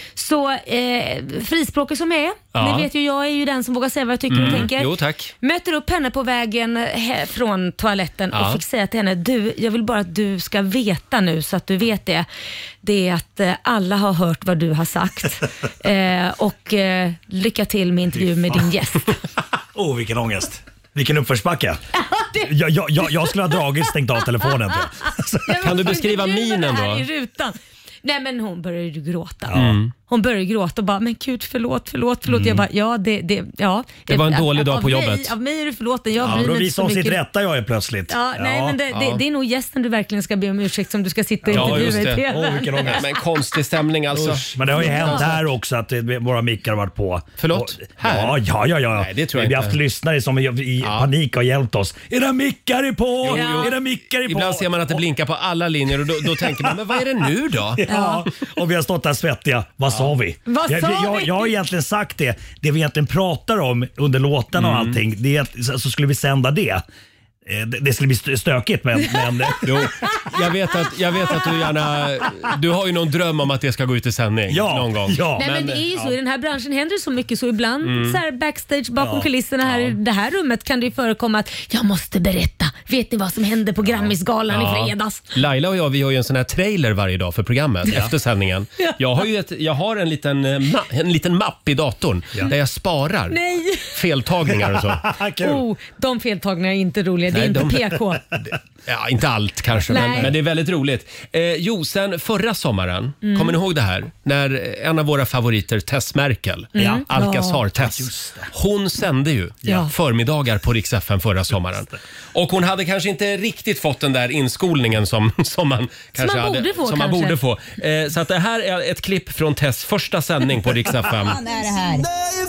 Så eh, frispråkig som jag är, Ja. ni vet ju jag är ju den som vågar säga vad jag tycker och tänker. Jo, tack. Möter upp henne på vägen he- från toaletten Ja. och fick säga till henne, du, jag vill bara att du ska veta nu så att du vet det. Det är att eh, alla har hört vad du har sagt. eh, och eh, lycka till med intervju med din gäst. Åh, oh, vilken ångest. Vilken uppförsbacke. Jag, jag, jag, jag skulle ha dragit stängt av telefonen. Tror jag. Kan du beskriva minen då? Här i rutan. Nej men hon började ju gråta. Ja. Hon började gråta och bara, men gud förlåt, förlåt, förlåt. Mm. Jag bara, ja det, det, ja. Det var en dålig dag av på mig, jobbet. Av mig är du förlåten, jag ja, bryr mig inte så så mycket. sitt rätta jag är plötsligt. Ja, ja, nej men det, ja. det, det är nog gästen du verkligen ska be om ursäkt som du ska sitta och ja, intervjua just i det. T V. Åh, vilken ångest. Men konstig stämning alltså. Usch, men det har ju hänt här också att det, våra mickar har varit på. Förlåt? Och, här? Ja, ja, ja. ja. Nej, det tror jag Vi har inte. haft lyssnare som i, i ja. panik har hjälpt oss. Era mickar är på! Jo, jo. Era mickar är på! Ibland ser man att det blinkar på alla linjer och då, då tänker man, men vad är det nu då? Ja, och vi har stått där svettiga. Vad ja. sa vi? Vad jag, sa jag, vi? jag har egentligen sagt det. Det vi egentligen pratar om under låtarna Mm. och allting, det är att, så skulle vi sända det. Det, det skulle bli stökigt men... men jo, jag vet, att, jag vet att du gärna... Du har ju någon dröm om att det ska gå ut i sändning ja, någon gång. Ja. Nej men, men det är ju ja. så, i den här branschen händer det så mycket så ibland Mm. så här backstage bakom Ja. kulisserna här i det här rummet kan det ju förekomma att jag måste berätta. Vet ni vad som hände på Grammisgalan Ja. i fredags? Laila och jag, vi har ju en sån här trailer varje dag för programmet Ja. efter sändningen. Jag har ju ett, jag har en liten, eh, ma- en liten mapp i datorn Ja. där jag sparar Nej! feltagningar och så. Kul. Oh, de feltagningarna är inte roliga, det är Nej, inte de- P K. Ja, inte allt kanske, men, Nej. men det är väldigt roligt. Eh, jo, sen förra sommaren, Mm. kommer ni ihåg det här? När en av våra favoriter, Tess Merkel, Mm. Alcazar-Tess, hon sände ju Ja. förmiddagar på Rix F M förra sommaren. Och hon hade kanske inte riktigt fått den där inskolningen som, som man kanske man hade, borde få, som man kanske. borde få. Eh, så att det här är ett klipp från Tess första sändning på Rix F M. Vad är det här?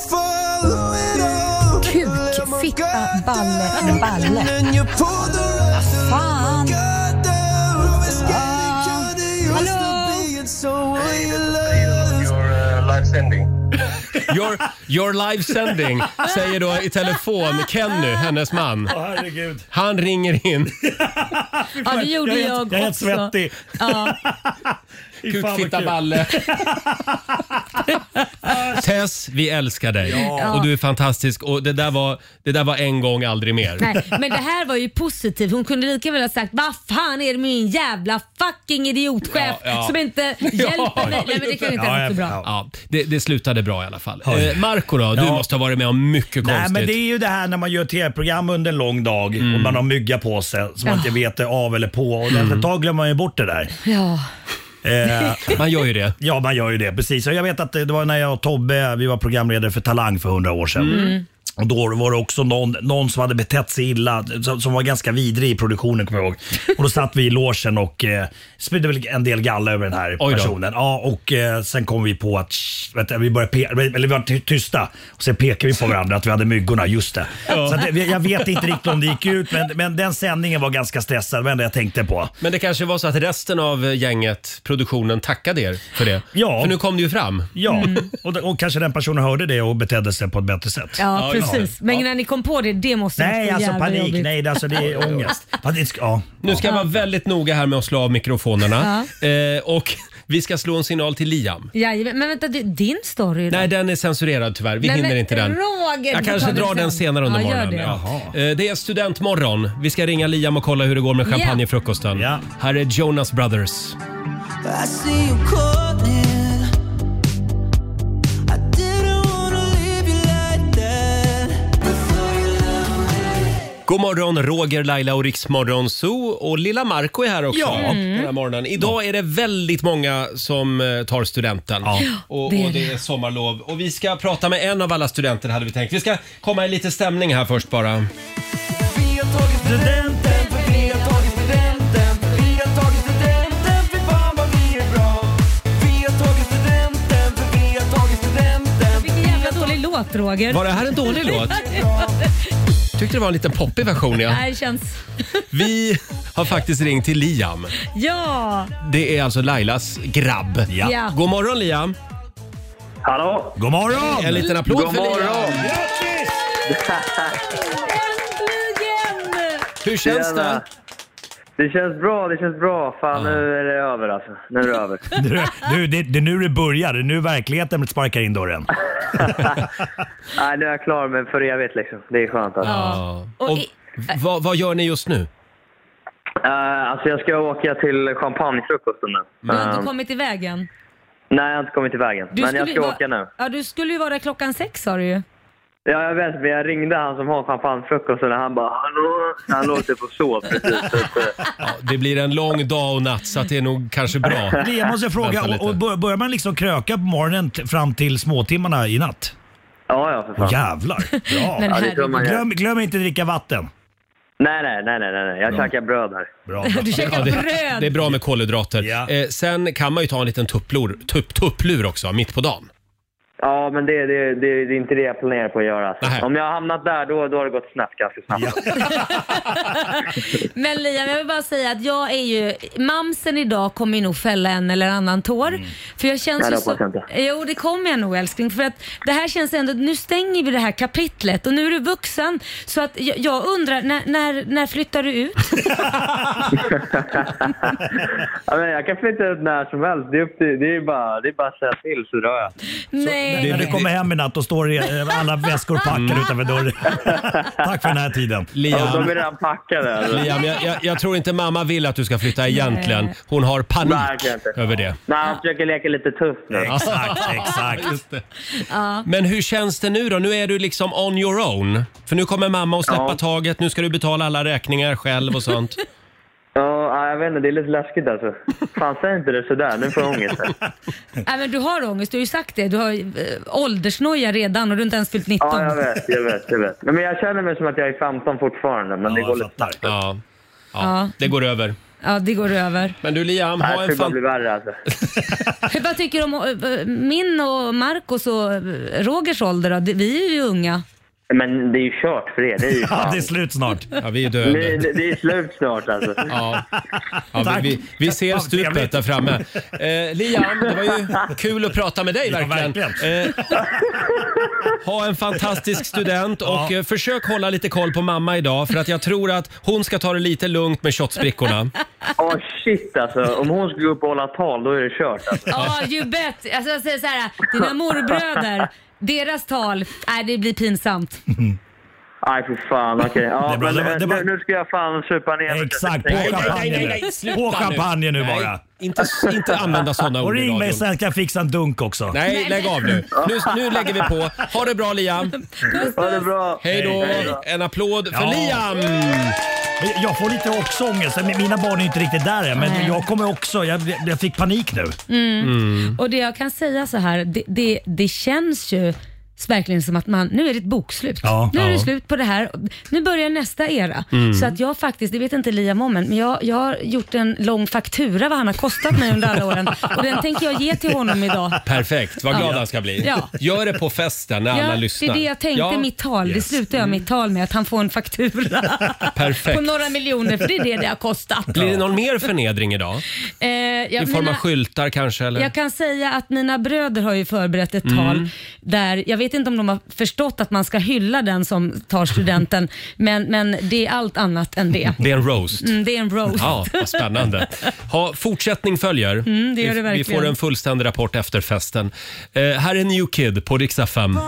Kuk, fitta, balle, balle. Fan. Your, your live sending, säger då i telefon Kenny, hennes man. Åh, herregud. Han ringer in. Ja, det gjorde jag, är jag, helt- jag är helt också. svettig. Ja. Fy fan, vad Kukfitta kul. balle. Tess, vi älskar dig. Ja. Och du är fantastisk. Och det där var, det där var en gång, aldrig mer. Nej, men det här var ju positivt. Hon kunde lika väl ha sagt, vad fan är det med min jävla fucking idiotchef Ja, ja. som inte hjälper mig? Nej men det kan inte Ja, vara så ja, bra. ja. Ja, det, det slutade bra i alla fall. Oj. Eh, Marco då, du Ja. måste ha varit med om mycket Nej, konstigt. men det är ju det här när man gör tv-program under en lång dag Mm. och man har mygga på sig som man inte vet är av eller på. Och efter ett tag glömmer man ju bort det där. Ja. Eh, Man gör ju det. ja, man gör ju det. Precis. Och jag vet att det var när jag och Tobbe, vi var programledare för Talang för hundra år sedan. Mm. Och då var det också någon, någon som hade betett sig illa, som, som var ganska vidrig i produktionen, kommer jag ihåg. Och då satt vi i logen och eh, spydde väl en del galla över den här Oj då. personen. Ja, och eh, sen kom vi på att shh, vet du, vi började pe- eller vi var ty- tysta och sen pekade vi på varandra att vi hade myggorna, just det. Så att, det- jag vet inte riktigt om det gick ut, men, men den sändningen var ganska stressad, det var det jag tänkte på. Men det kanske var så att resten av gänget, produktionen, tackade er för det. Ja. För nu kom det ju fram. Ja, och, och kanske den personen hörde det och betedde sig på ett bättre sätt. Ja, Ja, precis. Men när ni kom på det, det måste Nej, vara alltså jävla panik. jobbigt. Nej, det- alltså det är ångest. Fast det ska- Ja. Nu ska jag vara väldigt noga här med att slå av mikrofonerna. Eh, och vi ska slå en signal till Liam. Jajamän, men vänta, det- din story då? Nej, den är censurerad tyvärr. Vi Nej, hinner men inte den. Roger, Jag du kanske tar det drar sen. den senare under Ja, gör morgonen. det. Ja. Eh, Det är studentmorgon. Vi ska ringa Liam och kolla hur det går med champagnefrukosten. Ja. Här är Jonas Brothers. I see you calling. I didn't wanna leave you like that. Before you love me. God morgon, Roger, Laila och Riksmorgon Zoo. Och lilla Marco är här också Ja. den här morgonen. Idag är det väldigt många som eh, tar studenten. Ja. Och, det är och det är sommarlov. Och vi ska prata med en av alla studenter, hade vi tänkt. Vi ska komma i lite stämning här först bara. Vi har tagit studenten, för vi har tagit studenten, för vi har tagit studenten, för fan vad vi är bra. Vi har tagit studenten, för vi har tagit studenten. Vilken jävla dålig låt, Roger. Var det här en dålig låt? Tyckte det var en liten poppig version, ja. Nej, det känns... Vi har faktiskt ringt till Liam. Ja! Det är alltså Lailas grabb. Ja. Ja. God morgon, Liam. Hallå? God morgon! En liten applåd God för Liam. morgon! Grattis! Äntligen! Hur känns det? Tjena. Det känns bra, det känns bra. Fan, nu är det över alltså. Nu är det över. Nu, nu, det, det är nu det börjar. Det är nu verkligheten sparkar in dörren. Nej, nu är jag klar, men för evigt liksom. Det är skönt alltså. Ja. Och Och i- vad, vad gör ni just nu? Uh, alltså jag ska åka till champagnefrukosten nu. Du har inte Ehm, kommit i vägen. Nej, jag har inte kommit till vägen. Du men jag skulle ska ju åka vara- nu. Ja, du skulle ju vara där klockan sex, sa du ju. Ja, jag vet, men jag ringde han som har champagnefrukosten och han bara, hallå, han låter på så precis. Ja, det blir en lång dag och natt så att det är nog kanske bra. Det måste jag fråga, och, och börjar man liksom kröka på morgonen t- fram till småtimmarna i natt? Ja, ja, för fan. Oh, jävlar, bra. Ja, det tror man gör. glöm, glöm inte att dricka vatten. Nej, nej, nej, nej, nej. Jag käkar bröd här. Bra. Du käkar det, bröd. det är bra med kolhydrater. Ja. Eh, sen kan man ju ta en liten tupplur, tupp, tupplur också, mitt på dagen. Ja, men det, det, det, det är inte det jag planerar på att göra. Alltså. Om jag har hamnat där, då, då har det gått snabbt, ganska snabbt. Ja. Men Liam, jag vill bara säga att jag är ju... Mamsen idag kommer ju nog fälla en eller annan tår. Mm. För jag känns Nej, ju det så... hoppas jag inte. Jo, det kommer jag nog, älskling. För att det här känns ändå... Nu stänger vi det här kapitlet och nu är du vuxen. Så att jag, jag undrar, när, när, när flyttar du ut? Ja, men jag kan flytta ut när som helst. Det är, upp till, det är bara, det är bara att säga till så drar jag. Nej. När du kommer hem i natt och står alla väskor packade mm. utanför dörren. Tack för den här tiden. Liam, ja, de är redan packade. Liam, jag, jag, jag tror inte mamma vill att du ska flytta egentligen. Hon har panik Nej, över det. Nej, han försöker leka lite tuff nu. Exakt, exakt. Just det. Ja. Men hur känns det nu då? Nu är du liksom on your own. För nu kommer mamma att släppa ja. taget. Nu ska du betala alla räkningar själv och sånt. Ja, jag vet inte. Det är lite läskigt alltså. Fan, säg inte det sådär. Nu får jag ångest. Nej, men du har ångest. Du har ju sagt det. Du har äh, åldersnoja redan och du har inte ens fyllt nitton. Ja, jag vet. Jag vet, jag vet. Men jag känner mig som att jag är femton fortfarande. Men ja, det går lite starkt. Ja. Ja, ja, det går över. Ja, det går över. Men du Liam, ha en fan... bli värre alltså. Vad tycker du om äh, min och Marcos och Rogers ålder då? Vi är ju unga. Men det är ju kört för er. Det är ju ja, det är slut snart. Ja, vi är döda. Det, det, det är slut snart alltså. Ja, ja vi, vi, vi ser stupet där framme. Eh, Liam, det var ju kul att prata med dig verkligen. Ja, verkligen. Eh, ha en fantastisk student och ja. eh, försök hålla lite koll på mamma idag för att jag tror att hon ska ta det lite lugnt med shotsprickorna. Åh oh, shit alltså, om hon ska gå upp och hålla tal då är det kört alltså. Ja, oh, you bet. Alltså jag säger så här, dina morbröder, deras tal, nej det blir pinsamt. Nej för fan, okej. Okay. Ja, men det var, det var... nu ska jag fan supa ner. Exakt, på champagne nu. På champagne nu bara. Nej, inte, inte använda sådana ord. Och ring mig sen ska jag fixa en dunk också. Nej, lägg av nu. Nu, nu lägger vi på. Ha det bra Liam. Ha det bra. Hej då. En applåd för ja. Liam. Jag får lite också ångest. Mina barn är inte riktigt där än, men Nej. jag kommer också. Jag, jag fick panik nu. Mm. Mm. Och det jag kan säga så här, det, det, det känns ju verkligen som att man, nu är det ett bokslut. Ja, nu är det ja. slut på det här. Nu börjar nästa era. Mm. Så att jag faktiskt, det vet inte Liam om, men jag, jag har gjort en lång faktura vad han har kostat mig under alla åren. Och den tänker jag ge till honom idag. Perfekt, vad glad ja. han ska bli. Ja. Gör det på festen när ja, alla lyssnar. Det är det jag tänkte ja. mitt tal. Yes. Det slutar jag mitt tal med att han får en faktura. Perfekt. På några miljoner, för det är det det har kostat. Blir det någon mer förnedring idag? Eh, jag, I form mina, av skyltar kanske? Eller? Jag kan säga att mina bröder har ju förberett ett mm. tal där, jag vet inte om de har förstått att man ska hylla den som tar studenten, men, men det är allt annat än det. Det är en roast. Mm, det är en roast. Ja, vad spännande. Ha, fortsättning följer. Mm, det gör det vi, vi får en fullständig rapport efter festen. Eh, här är New Kid på Rix F M.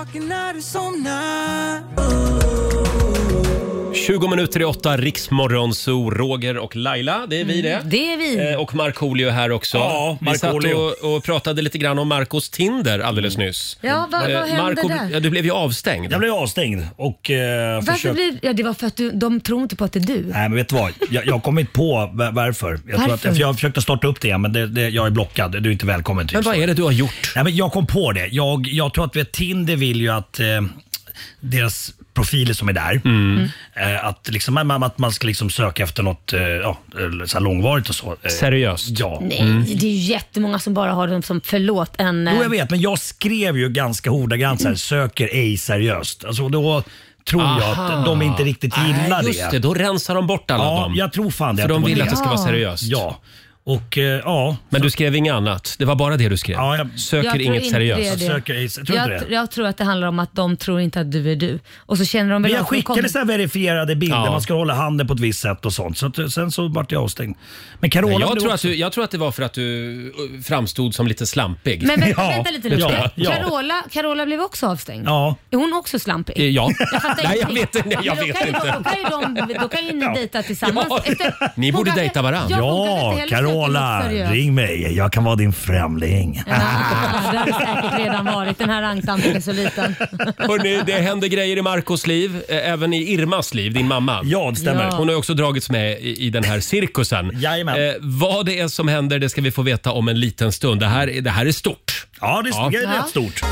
tjugo minuter i åtta, Riksmorgon, så Roger och Laila, det är vi det. Mm, det är vi. Eh, och Markoolio här också. Ja, vi satt och, och pratade lite grann om Marcos Tinder alldeles nyss. Ja, vad, vad hände Marco, där? Ja, du blev ju avstängd. Jag blev avstängd och eh, Varför försökt... blev, ja, det var för att du, de tror inte på att det är du. Nej, men vet du vad? Jag, jag kom inte på varför. Jag, varför? Tror att, för jag försökte starta upp det, men det, det, jag är blockad. Du är inte välkommen. Typ, men vad är det du har gjort? Nej, men jag kom på det. Jag, jag tror att vet, Tinder vill ju att eh, deras profiler som är där. Mm. Eh, att, liksom, att man ska liksom söka efter något eh, ja, så här långvarigt och så. Eh, Seriöst? Ja. Nej, mm. det är ju jättemånga som bara har dem som förlåt en... Jo, jag vet, men jag skrev ju ganska ordagrant så här, söker ej seriöst. Alltså då tror Aha. jag att de inte riktigt gillar äh, just det. Då rensar de bort alla ja, dem. jag tror fan det. För de vill det. att det ska vara seriöst. Ja. Och, eh, ja, men du skrev inget annat? Det var bara det du skrev? Ja, jag, söker jag inget seriöst? Jag, söker, jag, tror jag, det. jag tror att det handlar om att de tror inte att du är du. Och så känner de väl men jag att skickade så här verifierade bilder. Ja. Man ska hålla handen på ett visst sätt och sånt. Så att, sen så vart jag avstängd. Men Carola, jag, tror också... att du, jag tror att det var för att du framstod som lite slampig. Men vänta, ja. vänta lite nu. Ja, ja. Carola, Carola blev också avstängd. Ja. Är hon också slampig? Ja. Jag fattar Nej, jag vet inte. Jag då vet kan inte. Då kan ju, de, då kan ju ni Ja. dejta tillsammans. Ja. Efter, ni borde dejta varandra. Ja, Carola Carola, ring mig. Jag kan vara din främling. Ja, det har det säkert redan varit. Den här anktan är så liten. Hörrni, det händer grejer i Marcos liv, även i Irmas liv, din mamma. Ja, det stämmer. Ja. Hon har också dragits med i, i den här cirkusen. Jajamän. Eh, vad det är som händer, det ska vi få veta om en liten stund. Det här, det här är stort. Ja, det är, ja. rätt stort.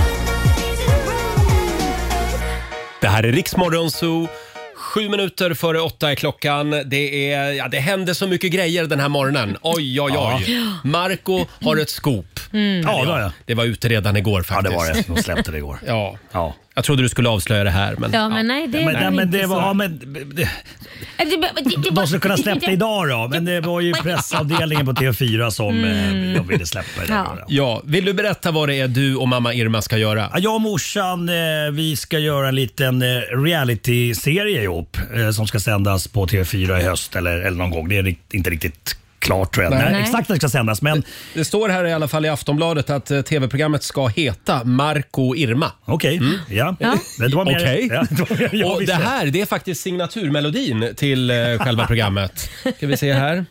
Det här är Rix Morgon Zoo. Sju minuter före åtta är klockan. Det, är, ja, det händer så mycket grejer den här morgonen. Oj, oj, oj. Ja. Marco har ett scoop. Mm. Ja, det var jag. Det var ute redan igår faktiskt. Ja, det var det. De släppte det igår. Ja. Ja. Jag trodde du skulle avslöja det här. Men, ja, men nej, det ja, men, är nej, men det inte var, så. Ja, men, det, de skulle kunna släppa det idag då, men det var ju pressavdelningen på T V fyra som mm. de ville släppa det. Ja. Ja, vill du berätta vad det är du och mamma Irma ska göra? Ja, jag och morsan, vi ska göra en liten reality-serie ihop som ska sändas på T V fyra i höst eller, eller någon gång. Det är inte riktigt klart tror jag. Nej. Nej, exakt när det ska sändas. Men... Det, det står här i alla fall i Aftonbladet att uh, tv-programmet ska heta Marco Irma. Okej, okay. mm. ja. ja. Det var mer, okay. ja, det var mer och det här, det är faktiskt signaturmelodin till uh, själva programmet. Ska vi se här.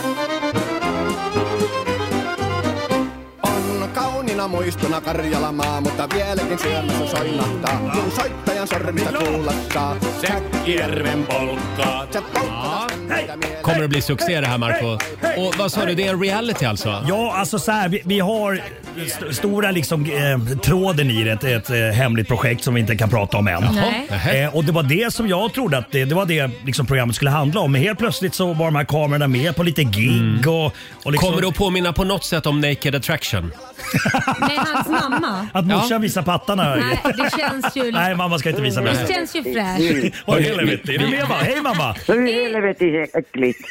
Muistona Karjalamaa, mutta vieläkin sydämessä soinahtaa. Kun soittajan sormista kuulostaa Säkkijärven polkkaa. Kommer det bli succé det här, Marco? Och vad sa du, det är en reality alltså? Ja, alltså så här, vi, vi har st- stora liksom eh, tråden i det, ett, ett eh, hemligt projekt som vi inte kan prata om än. Eh, och det var det som jag trodde att det, det var det liksom programmet skulle handla om. Men helt plötsligt så var de här kamerorna med på lite gig mm. och, och liksom... Kommer det att påminna på något sätt om Naked Attraction? Med hans mamma. Att morsan ja. visar pattarna. Nej, det känns ju... Nej, mamma ska inte visa det. Det känns ju fräscht. Vad helvete, är du med va? Hej mamma! Hur helvete är äckligt.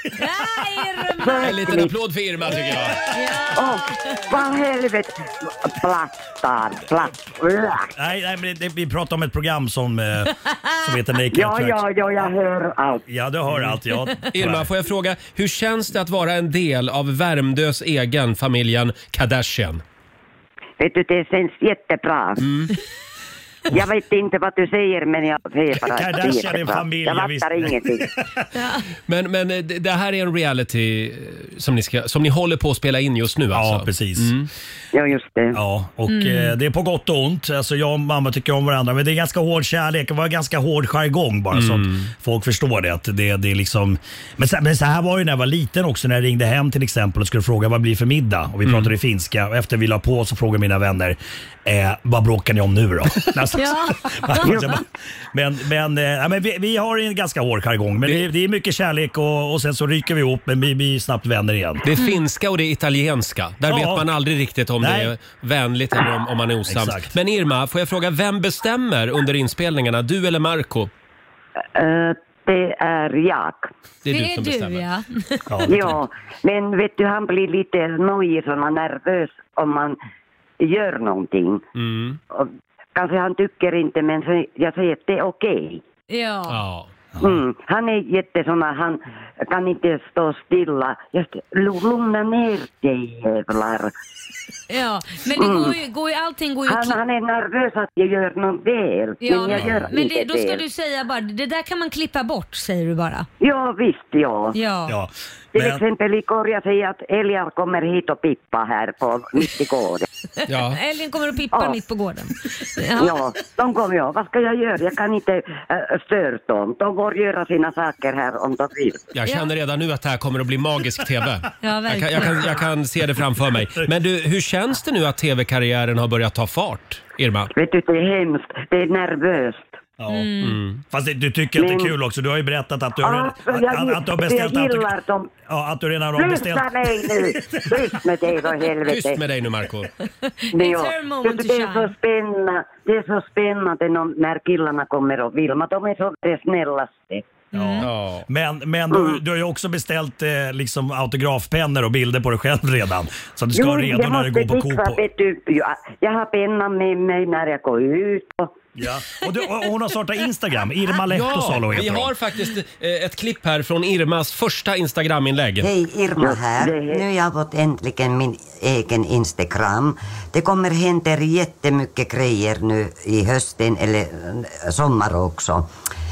En liten applåd för Irma tycker jag. Ja. Oh, vad helvete. Plattar, plattar. Nej, nej, men det, vi pratar om ett program som, eh, som heter Naked ja, Attraction. Ja, ja, jag hör allt. Ja, du hör allt, ja. Irma, får jag fråga, hur känns det att vara en del av Värmdös egen familjen Kardashian? Vet du, det känns jättebra. Mm. Jag vet inte vad du säger, men jag säger bara att det är jättebra. Jag fattar ingenting. men, men det här är en reality som ni, ska, som ni håller på att spela in just nu alltså? Ja, precis. Mm. Ja, just det. Ja, och mm. eh, det är på gott och ont. Alltså, jag och mamma tycker om varandra, men det är ganska hård kärlek. Det var ganska hård jargong bara, mm. så att folk förstår det. Att det, det är liksom... men, så, men så här var det när jag var liten också, när jag ringde hem till exempel och skulle fråga vad blir för middag. Och vi pratade mm. finska. Och efter vi la på så frågade mina vänner, eh, vad bråkar ni om nu då? Alltså, ja. men men, äh, men vi, vi har en ganska hård jargong, men det, det är mycket kärlek och, och sen så ryker vi ihop, men vi blir snabbt vänner igen. Det är finska och det är italienska. Där ja. vet man aldrig riktigt om Nej. det är vänligt eller om, om man är osams. Exakt. Men Irma, får jag fråga, vem bestämmer under inspelningarna? Du eller Marco? Uh, det är jag. Det är det du som är bestämmer. Du, ja. ja, ja, men vet du, han blir lite nojig och nervös om man gör någonting. Mm. Och kanske han tycker inte, men så, jag säger att det är okej. Okay. Ja. ja. Mm, han är jättesåna, han kan inte stå stilla. Just lugna ner dig, jävlar. Ja, men det går ju, går ju allting går ju... Han, han är nervös att jag gör någon del. Ja, men jag men, gör men inte det, då ska del. du säga bara, det där kan man klippa bort, säger du bara. Ja, visst, ja. Ja. ja. Till Men... exempel igår jag säger att Elian kommer hit och pippa här på mitt i gården. Ja. Elian kommer och pippa ja. mitt på gården. Ja. ja, de kommer jag. Vad ska jag göra? Jag kan inte äh, störa dem. De får göra sina saker här om de vill. Jag känner redan nu att det här kommer att bli magisk tv. Ja, jag, kan, jag, kan, jag kan se det framför mig. Men du, hur känns det nu att tv-karriären har börjat ta fart, Irma? Vet du, det är hemskt. Det är nervöst. Ja. Mm. Fast du tycker att det är kul också. Du har ju berättat att du har, alltså, att, jag, att, att du har beställt... Jag gillar dem. Ja, att du redan har beställt... Sluta mig nu! Tyst med dig då, helvete. Tyst med dig nu, Marco. Det, ja. det är så spännande. Det är så spännande när killarna kommer och vill. Men de är så det snällaste. Ja. Ja. Men, men du, du har ju också beställt eh, liksom autografpennor och bilder på dig själv redan. Så att du ska jo, ha redo när du går på Coop. Du, jag, jag har pennan med mig när jag går ut. Och... Ja. Och, du, och hon har startat Instagram, Irma Lehtosalo heter. Ja, vi har faktiskt eh, ett klipp här från Irmas första Instagram-inlägg. Hej, Irma här. Nu har jag fått äntligen min egen Instagram. Det kommer hända jättemycket grejer nu i hösten eller sommar också.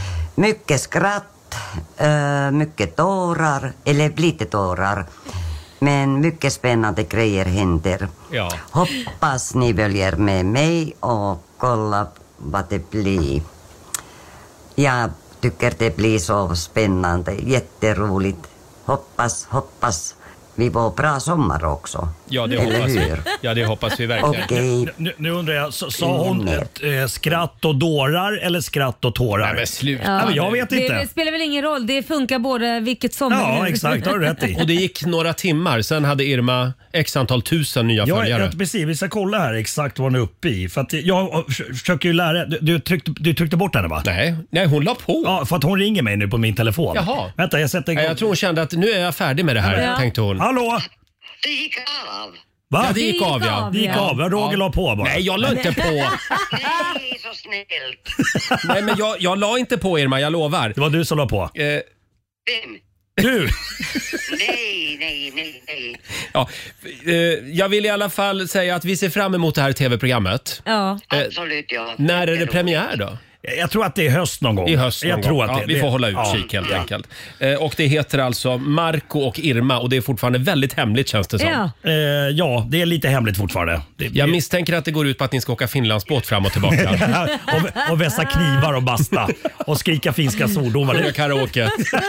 Mycket skratt, mycket tårar, eller lite tårar. Men mycket spännande grejer händer. Ja. Hoppas ni väljer med mig och kolla vad det blir. Jag tycker det blir så spännande, jätteroligt. Hoppas, hoppas vi får bra sommar också. Ja, det Eller hoppas vi. hur? Ja, det hoppas vi verkligen. Okej. Nu, nu undrar jag, sa sa hon ett, eh, skratt och dårar eller skratt och tårar? Nej, men sluta. Ja, men jag vet inte. Det, det spelar väl ingen roll, det funkar både vilket som. Ja, exakt, har du rätt i. Och det gick några timmar, sen hade Irma x antal tusen nya Ja, följare. jag, precis, vi ska kolla här exakt vad hon är uppe i. För att jag försöker ju lära, du, du, tryckte, du tryckte bort henne va? Nej, nej, hon la på. Ja, för att hon ringer mig nu på min telefon. Jaha. Vänta, jag sätter igång. Nej, jag tror hon kände att nu är jag färdig med det här, Ja. tänkte hon. Hallå? Det gick av. Va? Ja, det gick av, ja. Det gick av, Roger Ja. la på bara. Nej, jag la inte på. Nej, så snällt. Nej, men jag, jag la inte på Irma, jag lovar. Det var du som la på. Eh, Vem? Du! Nej, nej, nej, nej. ja, eh, jag vill i alla fall säga att vi ser fram emot det här tv-programmet. Ja. Eh, Absolut, ja. när är det premiär då? Jag tror att det är höst någon gång. I höst någon jag tror gång. att Ja, det, vi det, får hålla ja. utkik helt Ja. enkelt. Eh, och det heter alltså Marco och Irma och det är fortfarande väldigt hemligt känns det som. Ja. Eh, ja, det är lite hemligt fortfarande. Det, Jag misstänker att det går ut på att ni ska åka Finlandsbåt fram och tillbaka. och, och vässa knivar och basta och skrika finska svordomar. Sjunga karaoke.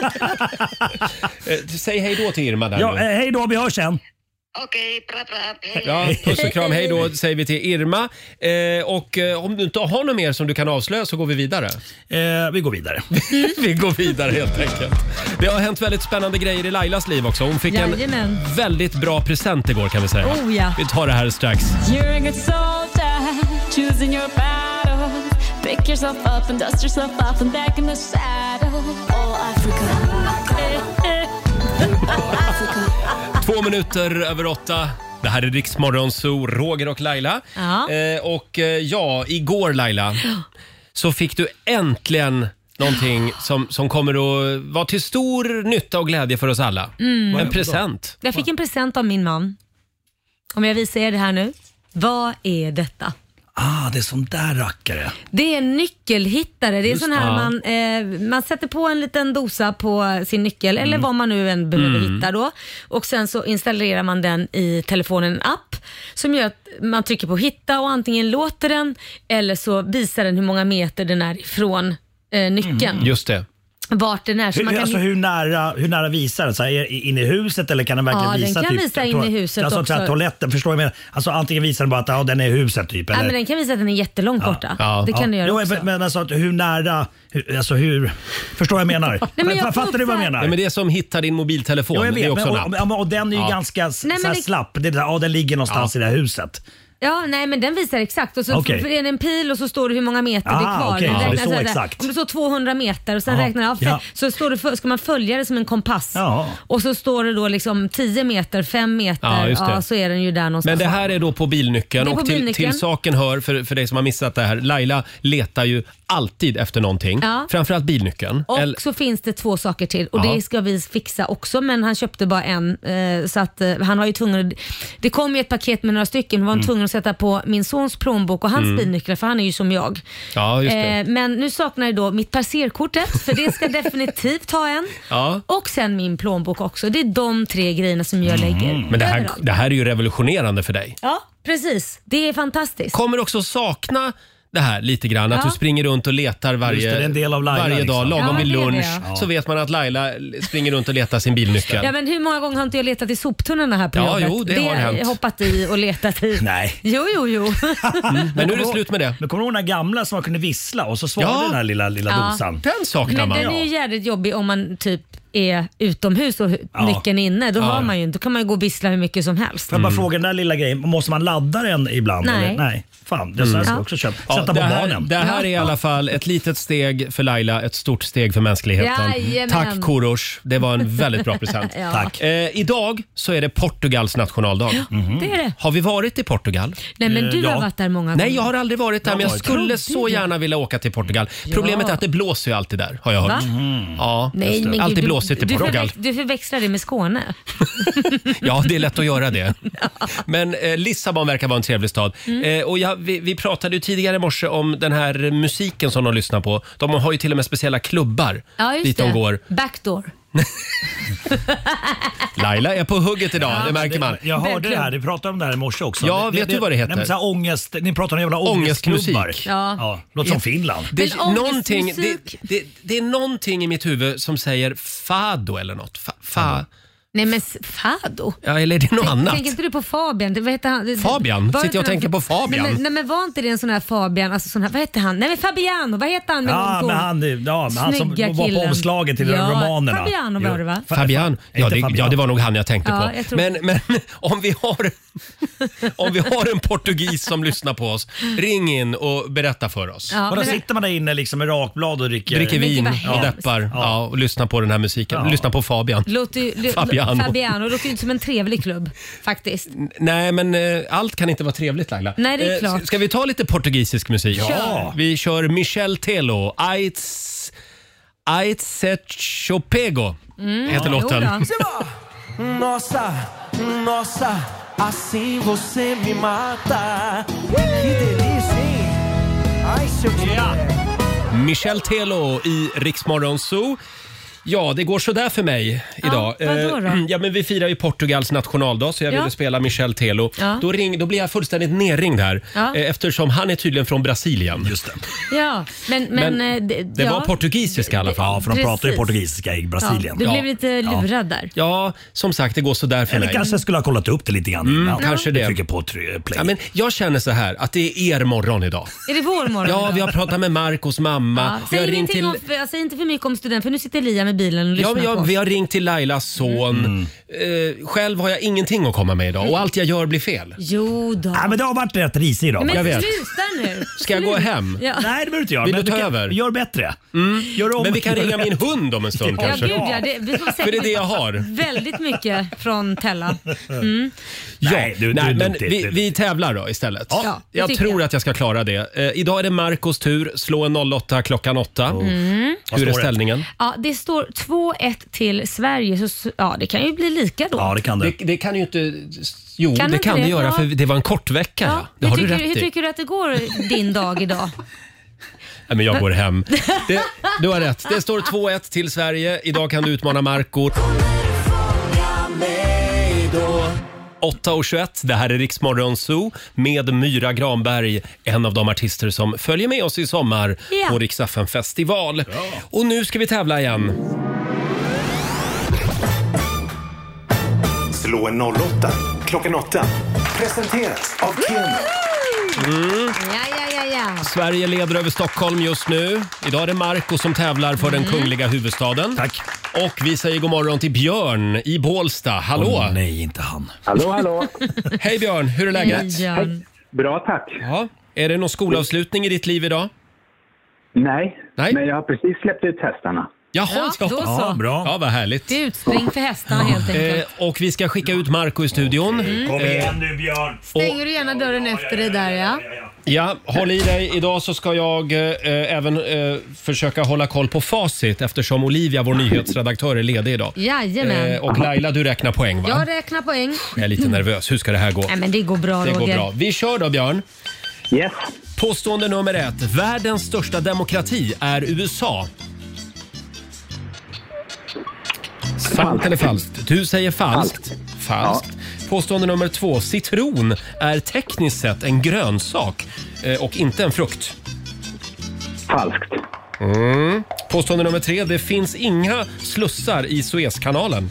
Eh, Säg hej då till Irma där Ja, nu. eh, hej då, vi hörs sen. Okej, bra, bra. Hej. Ja, puss och kram, hej då säger vi till Irma. Eh, och eh, om du inte har något mer som du kan avslöja så går vi vidare. Eh, vi går vidare. vi går vidare helt enkelt. Det har hänt väldigt spännande grejer i Lailas liv också. Hon fick Jajamän. en väldigt bra present igår kan vi säga. Oh, ja. Vi tar det här strax. You're a good soldier, choosing your battle. Pick yourself up and dust yourself off and back in the saddle. Oh, Africa. Oh, Africa. Två minuter över åtta. Det här är Rix Morgon Zoo, Roger och Laila. Ja. Eh, och eh, ja, igår Laila så fick du äntligen någonting som, som kommer att vara till stor nytta och glädje för oss alla. Mm. En present. Jag fick en present av min man. Om jag visar er det här nu. Vad är detta? Ah, det är sån där rackare. Det är en nyckelhittare. Det är Just sån här det. man, eh, man sätter på en liten dosa på sin nyckel eller vad man nu än behöver Mm. hitta då. Och sen så installerar man den i telefonen, en app som gör att man trycker på hitta och antingen låter den eller så visar den hur många meter den är ifrån eh, nyckeln. Just det. Vart den är. Så Hur, man kan alltså, hur, nära, hur nära visar den? Så här, är- inne i huset eller kan den verkligen Ja, den visa kan typ, visa in to- i huset alltså, så här, också. toaletten, förstår jag med. Alltså antingen visar den bara att ja, den är i huset typ. Ja, Eller? men den kan visa att den är jättelångt borta. Ja. Det kan ja. den göra jo, också. men- Men alltså att hur nära, hur, alltså hur, förstår vad jag menar? men jag Fa- Fattar du vad jag får- menar? Nej, men det är som hittar din mobiltelefon. Jo, jag det är vet, också men, en och, app. ja, men- och den är ju Ja. ganska s- Nej, men så här det- slapp. Det är, där, ja, den ligger någonstans i det här huset. Ja, nej men den visar exakt och så Okej. är det en pil och så står det hur många meter det är Ah, kvar. okej, Den så det är räknar så här, exakt. Om det står tvåhundra meter och sen Aha, räknar jag av ja. så står det för, ska man följa det som en kompass. Ja. Och så står det då liksom tio meter, fem meter, Ja, ja, just det. så är den ju där någonstans. Men det här är då på bilnyckeln Det är på och till, bilnyckeln. till saken hör, för, för dig som har missat det här, Laila letar ju alltid efter någonting. Ja. Framförallt bilnyckeln. Och Eller- så finns det två saker till och Ja. det ska vi fixa också men han köpte bara en eh, så att eh, han var ju tvungen att, det kom ju ett paket med några stycken, var han Mm. tvungen att sätta på min sons plånbok och hans Mm. bilnycklar för han är ju som jag. Ja, just det. Eh, men nu saknar jag då mitt passerkortet för det ska definitivt ha en. Ja. Och sen min plånbok också. Det är de tre grejerna som jag lägger Mm. Men det här, överallt. det här är ju revolutionerande för dig. Ja, precis. Det är fantastiskt. Kommer också sakna det här lite grann, att Ja. du springer runt och letar varje, Just det, det är en del av Laila, varje dag, liksom. lagom Ja, vid det är det, lunch. ja. Så vet man att Laila springer runt och letar sin bilnyckel. Ja, men hur många gånger har inte jag letat i soptunnorna här på Ja, jobbet? jo, det har har hänt. jag hoppat i och letat i. Nej. Jo, jo, jo. Men nu är det slut med det. Men kommer du ihåg den gamla som man kunde vissla och så svarade Ja. den här lilla, lilla Ja. dosan? Den saknar Men man. den är ju jävligt jobbig om man typ är utomhus och Ja. nyckeln är inne. Då Ja. har man ju inte. Då kan man ju gå och vissla hur mycket som helst. Får jag bara fråga den där lilla grejen, måste man ladda den ibland? Nej. Eller? Nej. Fan, det är så här ska jag Ja. också köpa. Ja, Sätta det, på här, barnen. det här är i alla fall ett litet steg för Laila, ett stort steg för mänskligheten. Jajamän. Tack Korosh, det var en väldigt bra present. Ja. Tack. Eh, idag så är det Portugals nationaldag. Det är det. Har vi varit i Portugal? Nej men du Eh, ja. har varit där många gånger. Nej, jag har aldrig varit där, Jag men jag har varit där. skulle Trodde så det. gärna vilja åka till Portugal. Problemet är att det blåser ju alltid där, har jag hört. Va? Ja, Nej, men alltid gud, du- blåsigt i du Portugal. förväx- Du förväxlar det med Skåne. Ja, det är lätt att göra det. Men eh, Lissabon verkar vara en trevlig stad. Mm. Eh, och jag, vi, vi pratade ju tidigare i morse om den här musiken som de lyssnar på. De har ju till och med speciella klubbar Ja, just dit det. de går. Backdoor. Laila är på hugget idag, ja, det märker man. Jag hörde det här, du pratade om det här i morse också. Ja, det, vet det, du vad det heter? Nej, men så här ångest, ni pratar om jävla ångestklubbar. Ja. Ja, låter som Finland. Det är, någonting, det, det, det är någonting i mitt huvud som säger fado eller något. Fa, fa. Nej men Fado? Ja, eller är det något Tänk, annat? tänker inte du på Fabian? Det, vad heter han? Fabian? Var, Sitter jag och tänker på Fabian? Nej men, nej men var inte det en sån här Fabian, alltså sån här, vad heter han? Nej men Fabiano, vad heter han? Med ja, men han, ja, men han som var på omslaget till ja, romanerna. Fabiano var det va? Fabian, ja det, ja det var nog han jag tänkte ja, på. Jag tror... men, men om vi har om vi har en portugis som lyssnar på oss, ring in och berätta för oss. Ja, och då sitter man där inne liksom med rakblad och dricker, dricker vin och deppar ja. Ja, och lyssnar på den här musiken. Ja. Lyssnar på Fabian. Låter, Fabiano. Fabiano låter inte som en trevlig klubb faktiskt. Nej men eh, allt kan inte vara trevligt Laila. Nej det är eh, klart. Ska vi ta lite portugisisk musik? Ja. Vi kör Michel Teló, Aitz Aitzetchopego mm. heter ja, låten. Nossa, nossa, assim você me mata. Que delícia, hein? Ai, se eu te... Michel Teló i Rix Morgon Zoo. Ja, det går så där för mig idag. Ja, vadå då? Ja, men vi firar ju Portugals nationaldag så jag ja. ville spela Michel Teló. Ja. Då, ring, då blir jag fullständigt nerringd här ja. eftersom han är tydligen från Brasilien. Just det. Ja, men, men, men det, det ja. var portugisiska i alla fall. Ja, för de Precis. pratar ju portugisiska i Brasilien. Ja, du blev ja. lite lurad där. Ja, som sagt det går så där för Eller mig. kanske skulle ha kollat upp det lite grann mm, innan. Kanske det. Trycker på play. Ja, men jag känner så här att det är er morgon idag. Är det vår morgon Ja, då? vi har pratat med Marcos mamma. Ja. Vi har Säg, ringt till... om, säg inte för mycket om student för nu sitter Lia med bilen och lyssnar ja, ja, på oss. Vi har ringt till Lailas son. Mm. Uh, själv har jag ingenting att komma med idag och allt jag gör blir fel. Jo då. Ja, men det har varit rätt risig idag. Men jag vet. sluta nu. Ska jag gå hem? Ja. Nej, det behöver du inte göra. Vill men du ta kan, över? Gör bättre. Mm. Gör om. Men vi kan ringa min hund om en stund ja, kanske. Gud, ja, det, vi får för det är det jag har. Väldigt mycket från Tella. Mm. Ja, nej, du, nej, du, men du, vi, vi tävlar då istället. Ja, jag tror jag. att jag ska klara det. Eh, idag är det Marcos tur. Slå en noll åtta klockan åtta. Mm. Hur är ställningen? Ja, det står två ett till Sverige. Så, ja, det kan ju bli lika då. Ja, det kan det. Det, det kan ju inte... Jo, kan det kan det, det göra ja. för det var en kort vecka. Ja. Ja. Det hur har tycker, du rätt hur i. tycker du att det går din dag idag? Nej, men jag går hem. Det, du har rätt. Det står två ett till Sverige. Idag kan du utmana Marco. åtta och tjugoett, det här är Rix Morgon Zoo med Myra Granberg, en av de artister som följer med oss i sommar ja. på Rix F M festival. Ja. Och nu ska vi tävla igen. Slå en noll åtta klockan åtta. Presenteras av Keno. Mm. Ja, ja, ja, ja. Sverige leder över Stockholm just nu. Idag är det Marco som tävlar för mm. den kungliga huvudstaden. Tack. Och vi säger god morgon till Björn i Bålsta. Hallå? Oh, nej, inte han. Hallå, hallå. Hej Björn, hur är läget? Hej, Hej. Bra, tack. Ja. Är det någon skolavslutning i ditt liv idag? Nej, Nej. men jag har precis släppt ut hästarna. Jaha, Ja, ja, då så. ja, bra. Ja, vad härligt. Det är utspring för hästarna helt enkelt. Eh, och vi ska skicka ut Marco i studion. Mm. Kom igen nu Björn. Stänger du gärna dörren efter dig där ja. Ja, håll i dig. Idag så ska jag eh, även eh, försöka hålla koll på facit eftersom Olivia, vår nyhetsredaktör, är ledig idag. Jajamän. Eh, och Laila, du räknar poäng va? Jag räknar poäng. Jag är lite nervös. Hur ska det här gå? Nej men det går bra Det Roger. går bra. Vi kör då Björn. Yes. Påstående nummer ett. Världens största demokrati är U S A. Sant eller falskt? Du säger falskt. Falskt. Ja. Påstående nummer två. Citron är tekniskt sett en grönsak eh, och inte en frukt. Falskt. Mm. Påstående nummer tre. Det finns inga slussar i Suezkanalen.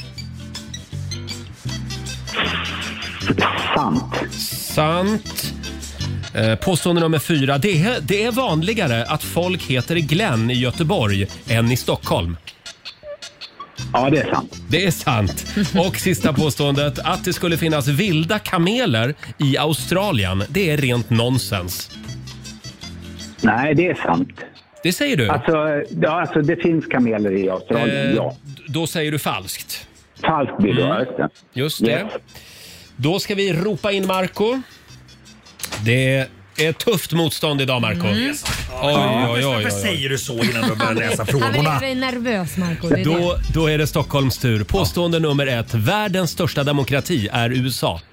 Sant. Sant. Eh, påstående nummer fyra. Det är, det är vanligare att folk heter Glenn i Göteborg än i Stockholm. Ja, det är sant. Det är sant. Och sista påståendet. Att det skulle finnas vilda kameler i Australien. Det är rent nonsens. Nej, det är sant. Det säger du? Alltså, ja, alltså det finns kameler i Australien, Eh, ja. Då säger du falskt. Falskt blir det, Mm. just det. Just det. Yes. Då ska vi ropa in Marco. Det är tufft motstånd idag, Marco. Mm. Oj, oj, oj, oj, Varför oj. säger du så innan du börjar läsa Han frågorna? är nervös Marco. Det är det. Då, då är det Stockholms tur. Påstående nummer ett. Världens största demokrati är U S A.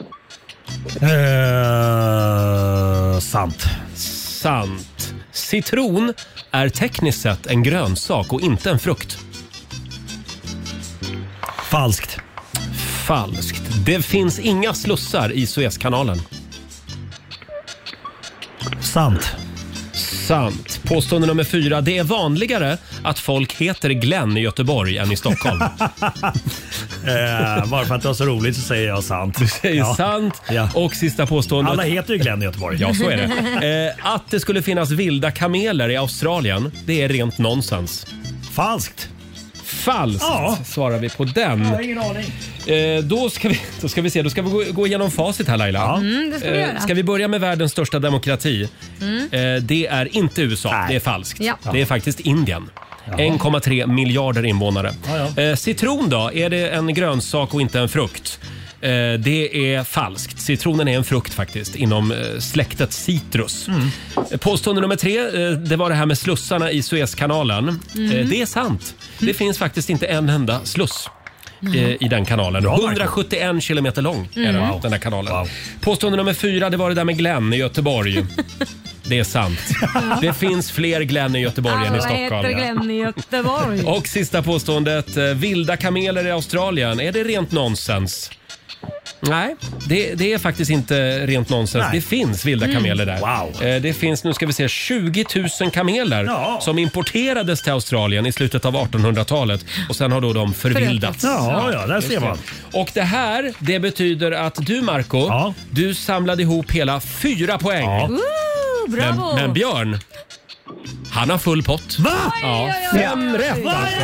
Uh, sant. Sant. Citron är tekniskt sett en grönsak och inte en frukt. Falskt. Falskt. Det finns inga slussar i Suezkanalen. Sant. Sant. Påstående nummer fyra. Det är vanligare att folk heter Glenn i Göteborg än i Stockholm. eh, bara för att det var så roligt så säger jag sant. Du säger ja. sant. Ja. Och sista påståendet. Alla heter ju Glenn i Göteborg. Ja, så är det. Eh, att det skulle finnas vilda kameler i Australien, det är rent nonsens. Falskt. Falskt ja. svarar vi på den. Jag har ingen aning. Eh, då, ska vi, då ska vi se, då ska vi gå, gå igenom facit här Laila. Ja. Mm, det ska vi göra. Eh, ska vi börja med världens största demokrati? Mm. Eh, det är inte U S A, Nej. det är falskt. Ja. Det är faktiskt Indien. en komma tre miljarder invånare. Ja, ja. Eh, citron då, är det en grönsak och inte en frukt? Eh, det är falskt. Citronen är en frukt faktiskt inom eh, släktet citrus. Mm. Eh, Påstående nummer tre, eh, det var det här med slussarna i Suezkanalen. Mm. Eh, det är sant. Det finns faktiskt inte en enda sluss Mm. i den kanalen. hundrasjuttioen kilometer lång är den, Mm. den här kanalen. Wow. Påstående nummer fyra, det var det där med Glenn i Göteborg. Det är sant. Det finns fler Glenn i Göteborg än i Stockholm. Alla heter Glenn i Göteborg. Och sista påståendet, eh, vilda kameler i Australien. Är det rent nonsens? Nej, det, det är faktiskt inte rent nonsens. Nej. Det finns vilda Mm. kameler där. Wow. Eh, Det finns, nu ska vi se, tjugo tusen kameler Ja. som importerades till Australien i slutet av artonhundratalet. Och sen har då de förvildats. Ja, ja, där Just ser det. man. Och det här, det betyder att du Marco, Ja. du samlade ihop hela fyra poäng. Ja. Ooh, Men, bravo! men Björn, han har full pott. Va? Ja, Oj, oj, oj. fem rätt alltså.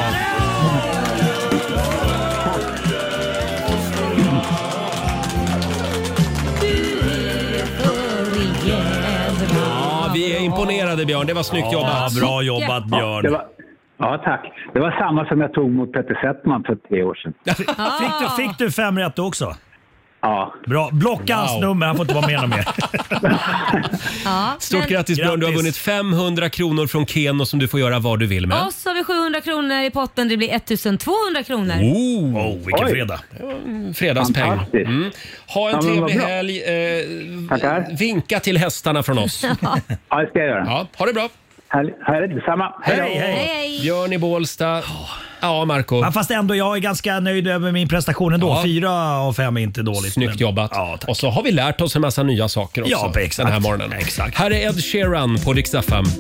Ja, vi är imponerade Björn, det var snyggt Ja, jobbat. bra jobbat Björn. Det var, ja, tack. Det var samma som jag tog mot Peter Settman för tre år sedan. Fick du, fick du fem rätt också? Ja. Bra. Blocka hans Wow. nummer, han får inte vara med någon mer. Ja, Stort men- grattis Björn, du har Grattis. vunnit femhundra kronor från Keno som du får göra vad du vill med. Och så har vi sjuhundra kronor i potten, det blir ettusentvåhundra kronor. Oh, Oh, vilken Oj. fredag. fredagspeng. Fantastiskt. Mm. Ha en Ja, men vad trevlig bra. helg. Eh, Tackar. vinka till hästarna från oss. Ja, det ska jag göra. Ja, ha det bra. Härligt. Härligt. Detsamma. Hej, då. hej. Hej, hej. Björn i Bålsta. Ja, Marco. Men fast ändå, jag är ganska nöjd över min prestation ändå. Ja. Fyra av fem är inte dåligt. Snyggt men- jobbat. Ja, tack. Och så har vi lärt oss en massa nya saker också Ja, exakt. den här morgonen. Exakt. Här är Ed Sheeran på Rix F M.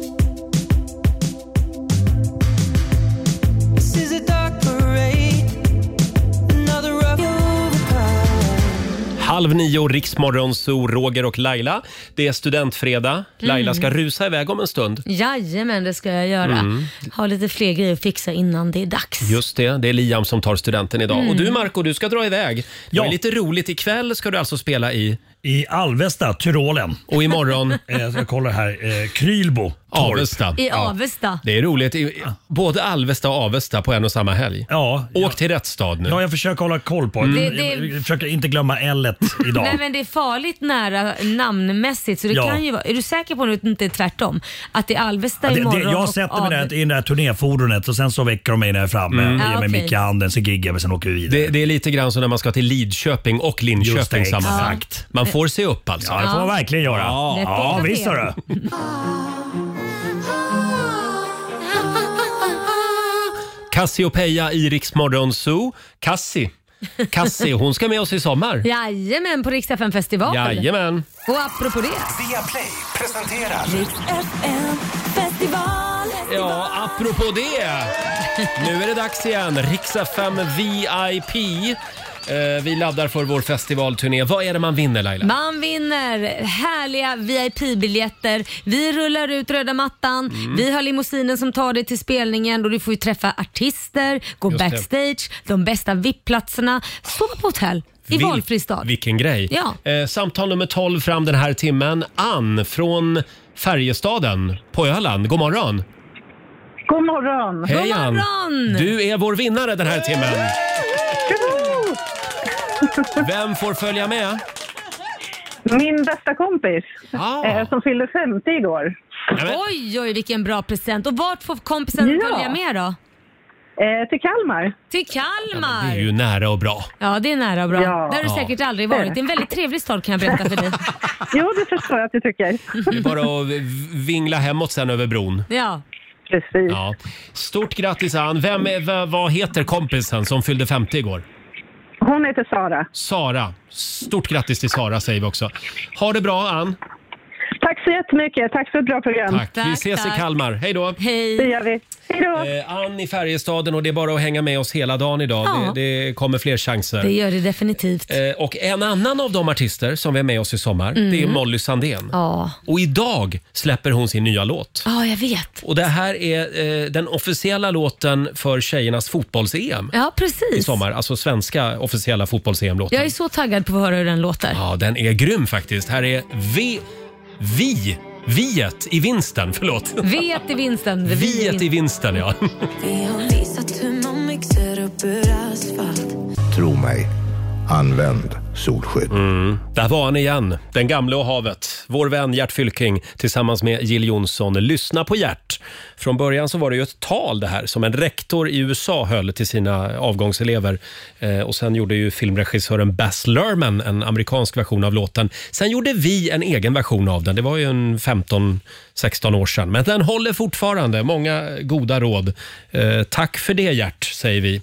Halv nio, Riksmorgon, så Roger och Laila. Det är studentfredag. Laila ska rusa iväg om en stund. Jajamän, det ska jag göra. Mm. Ha lite fler grejer att fixa innan det är dags. Just det, det är Liam som tar studenten idag. Mm. Och du Marco, du ska dra iväg. Det Ja. är lite roligt. Ikväll ska du alltså spela i... I Alvesta, Tyrolen. Och imorgon... Eh, jag kollar här. Eh, Krylbo. Torp. Avesta. I Avesta. Det är roligt. I- Både Alvesta och Avesta på en och samma helg. Ja, Åk till rätt stad nu. ja, jag försöker hålla koll på Mm. det. Det- det- Jag försöker inte glömma L-et idag. Nej, men det är farligt nära namnmässigt så det Ja. kan ju vara. Är du säker på att det inte är tvärtom? Att det är Alvesta Ja, det, imorgon det, jag och sätter mig Ave- där i det här turnéfordonet och sen så väcker de mig när jag är framme. Mm. Ger Ah, mig okej. mick i handen, så giggar vi, sen åker vi vidare. Det, det är lite grann som när man ska till Lidköping och Just Linköping det, samma dag. exakt. Man får se upp alltså. Ja, det får man verkligen göra. Ja. Lätt att Ja, åka visst fel. hörru. Cassiopeia i Rix Morgon Zoo. Cassie. Cassie, hon ska med oss i sommar. Jajamän, på Rix F M festival. Jajamän. Och apropå det. Viaplay presenterar Rix F M festival. Ja, apropå det. Nu är det dags igen. Rix F M V I P. Eh, vi laddar för vår festivalturné. Vad är det man vinner Laila? Man vinner härliga V I P-biljetter. Vi rullar ut röda mattan. Mm. Vi har limousinen som tar dig till spelningen och du får ju träffa artister, gå Just det. backstage, de bästa V I P-platserna, sova på hotell i Vil- valfri stad. Vilken grej. Ja. Eh, samtal nummer tolv fram den här timmen. Ann från Färjestaden på Öland. God morgon. God morgon. Hej God Ann. morgon. Du är vår vinnare den här timmen. Vem får följa med? Min bästa kompis Ah. eh, som fyllde femtio igår. Oj, oj, vilken bra present. Och vart får kompisen Ja. följa med då? Eh, till Kalmar. Till Det Kalmar. är ju nära och bra. Ja, det är nära och bra. Ja. Där har du Ja. säkert aldrig varit. Det är en väldigt trevlig stad kan jag berätta för dig. Jo, det förstår jag att du tycker. Det är bara att v- vingla hemåt sen över bron. Ja. Precis. Ja. Stort grattis Ann. Vem är, v- vad heter kompisen som fyllde femtio igår? Hon heter Sara. Sara. Stort grattis till Sara säger vi också. Ha det bra, Ann. Tack så jättemycket. Tack för ett bra program. Tack. Vi ses tack. i Kalmar. Hej då. Hej. Det gör vi. Hej då. Eh, Ann i Färjestaden och det är bara att hänga med oss hela dagen idag. Ja. Det, det kommer fler chanser. Det gör det definitivt. Eh, och en annan av de artister som vi är med oss i sommar, Mm. det är Molly Sandén. Ja. Och idag släpper hon sin nya låt. Ja, jag vet. Och det här är eh, den officiella låten för tjejernas fotbolls-E M Ja, precis. i sommar. Alltså svenska officiella fotbolls-E M-låten. Jag är så taggad på att höra hur den låter. Ja, den är grym faktiskt. Här är vi, vi, viet i vinsten, förlåt. Vet i vinsten. Det Viet i vinsten, ja. Vi har visat hur man mixar upp ur asfalt. Tro mig, använd solskydd. Mm. Där var han igen, den gamla och havet. Vår vän Gert Fylking tillsammans med Jill Johnson. Lyssna på Gert. Från början så var det ju ett tal det här som en rektor i U S A höll till sina avgångselever. Eh, och sen gjorde ju filmregissören Baz Luhrmann en amerikansk version av låten. Sen gjorde vi en egen version av den. Det var ju en femton sexton år sedan. Men den håller fortfarande. Många goda råd. Eh, tack för det, Gert, säger vi.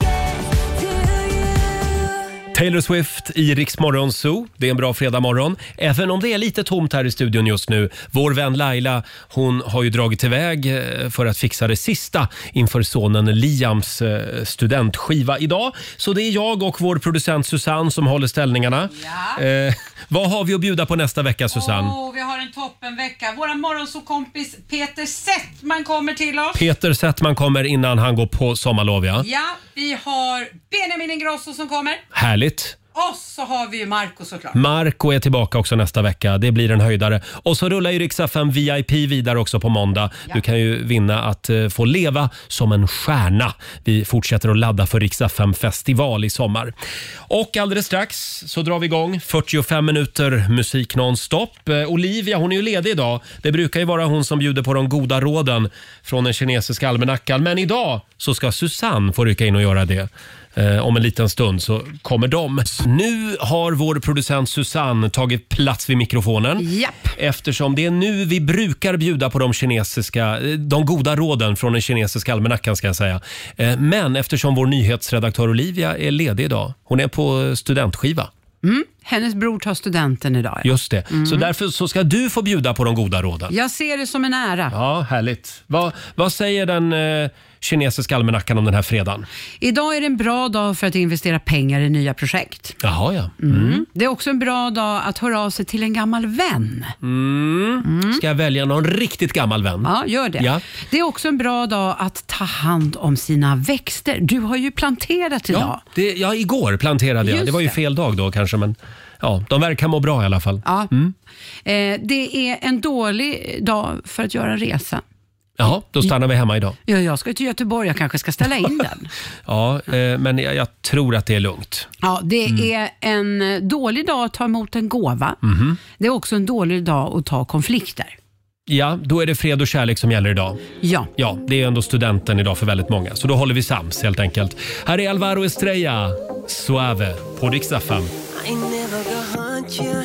Taylor Swift i Rix Morgon Zoo. Det är en bra fredag morgon. Även om det är lite tomt här i studion just nu. Vår vän Laila, hon har ju dragit iväg för att fixa det sista inför sonen Liams studentskiva idag. Så det är jag och vår producent Susanne som håller ställningarna. Ja. Eh, vad har vi att bjuda på nästa vecka, Susanne? Åh, vi har en toppenvecka. Vår morgonsåkompis Peter Settman kommer till oss. Peter Settman kommer innan han går på sommarlov, ja. Ja, vi har Benjamin Ingrosso som kommer. Härligt. Och så har vi ju Marco såklart. Marco är tillbaka också nästa vecka. Det blir en höjdare. Och så rullar ju Rix F M V I P vidare också på måndag. Ja. Du kan ju vinna att uh, få leva som en stjärna. Vi fortsätter att ladda för Rix F M festival i sommar. Och alldeles strax så drar vi igång fyrtiofem minuter musik nonstop. Uh, Olivia, hon är ju ledig idag. Det brukar ju vara hon som bjuder på de goda råden från den kinesiska almanackan. Men idag så ska Susanne få rycka in och göra det. Eh, om en liten stund så kommer de. Nu har vår producent Susanne tagit plats vid mikrofonen. Japp. Eftersom det är nu vi brukar bjuda på de kinesiska, de goda råden från den kinesiska almanackan ska jag säga. Eh, men eftersom vår nyhetsredaktör Olivia är ledig idag, hon är på studentskiva. Mm. Hennes bror tar studenten idag. Ja. Just det. Mm. Så därför så ska du få bjuda på de goda råden. Jag ser det som en ära. Ja, härligt. Va, vad säger den eh, kinesiska almanackan om den här fredagen? Idag är det en bra dag för att investera pengar i nya projekt. Jaha, ja. Mm. Mm. Det är också en bra dag att höra av sig till en gammal vän. Mm. Mm. Ska jag välja någon riktigt gammal vän? Ja, gör det. Ja. Det är också en bra dag att ta hand om sina växter. Du har ju planterat idag. Ja, det, ja igår planterade jag. Just det var ju det. fel dag då kanske, men ja, de verkar må bra i alla fall. Ja. Mm. Eh, det är en dålig dag för att göra en resa. Jaha, då stannar vi hemma idag. Ja, jag ska till Göteborg. Jag kanske ska ställa in den. Ja, eh, men jag, jag tror att det är lugnt. Ja, det Mm. är en dålig dag att ta emot en gåva. Mhm. Det är också en dålig dag att ta konflikter. Ja, då är det fred och kärlek som gäller idag. Ja. Ja, det är ändå studenten idag för väldigt många. Så då håller vi sams helt enkelt. Här är Alvaro Estrella, Suave, på Rix F M. I ain't never gonna hunt you,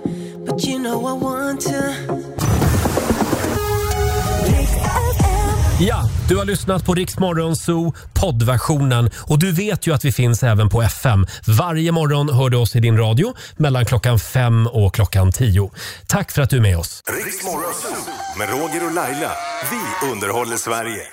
but you know I want to. Ja, du har lyssnat på Rix Morgon Zoo poddversionen och du vet ju att vi finns även på F M. Varje morgon hör du oss i din radio mellan klockan fem och klockan tio. Tack för att du är med oss. Rix Morgon Zoo med Roger och Laila. Vi underhåller Sverige.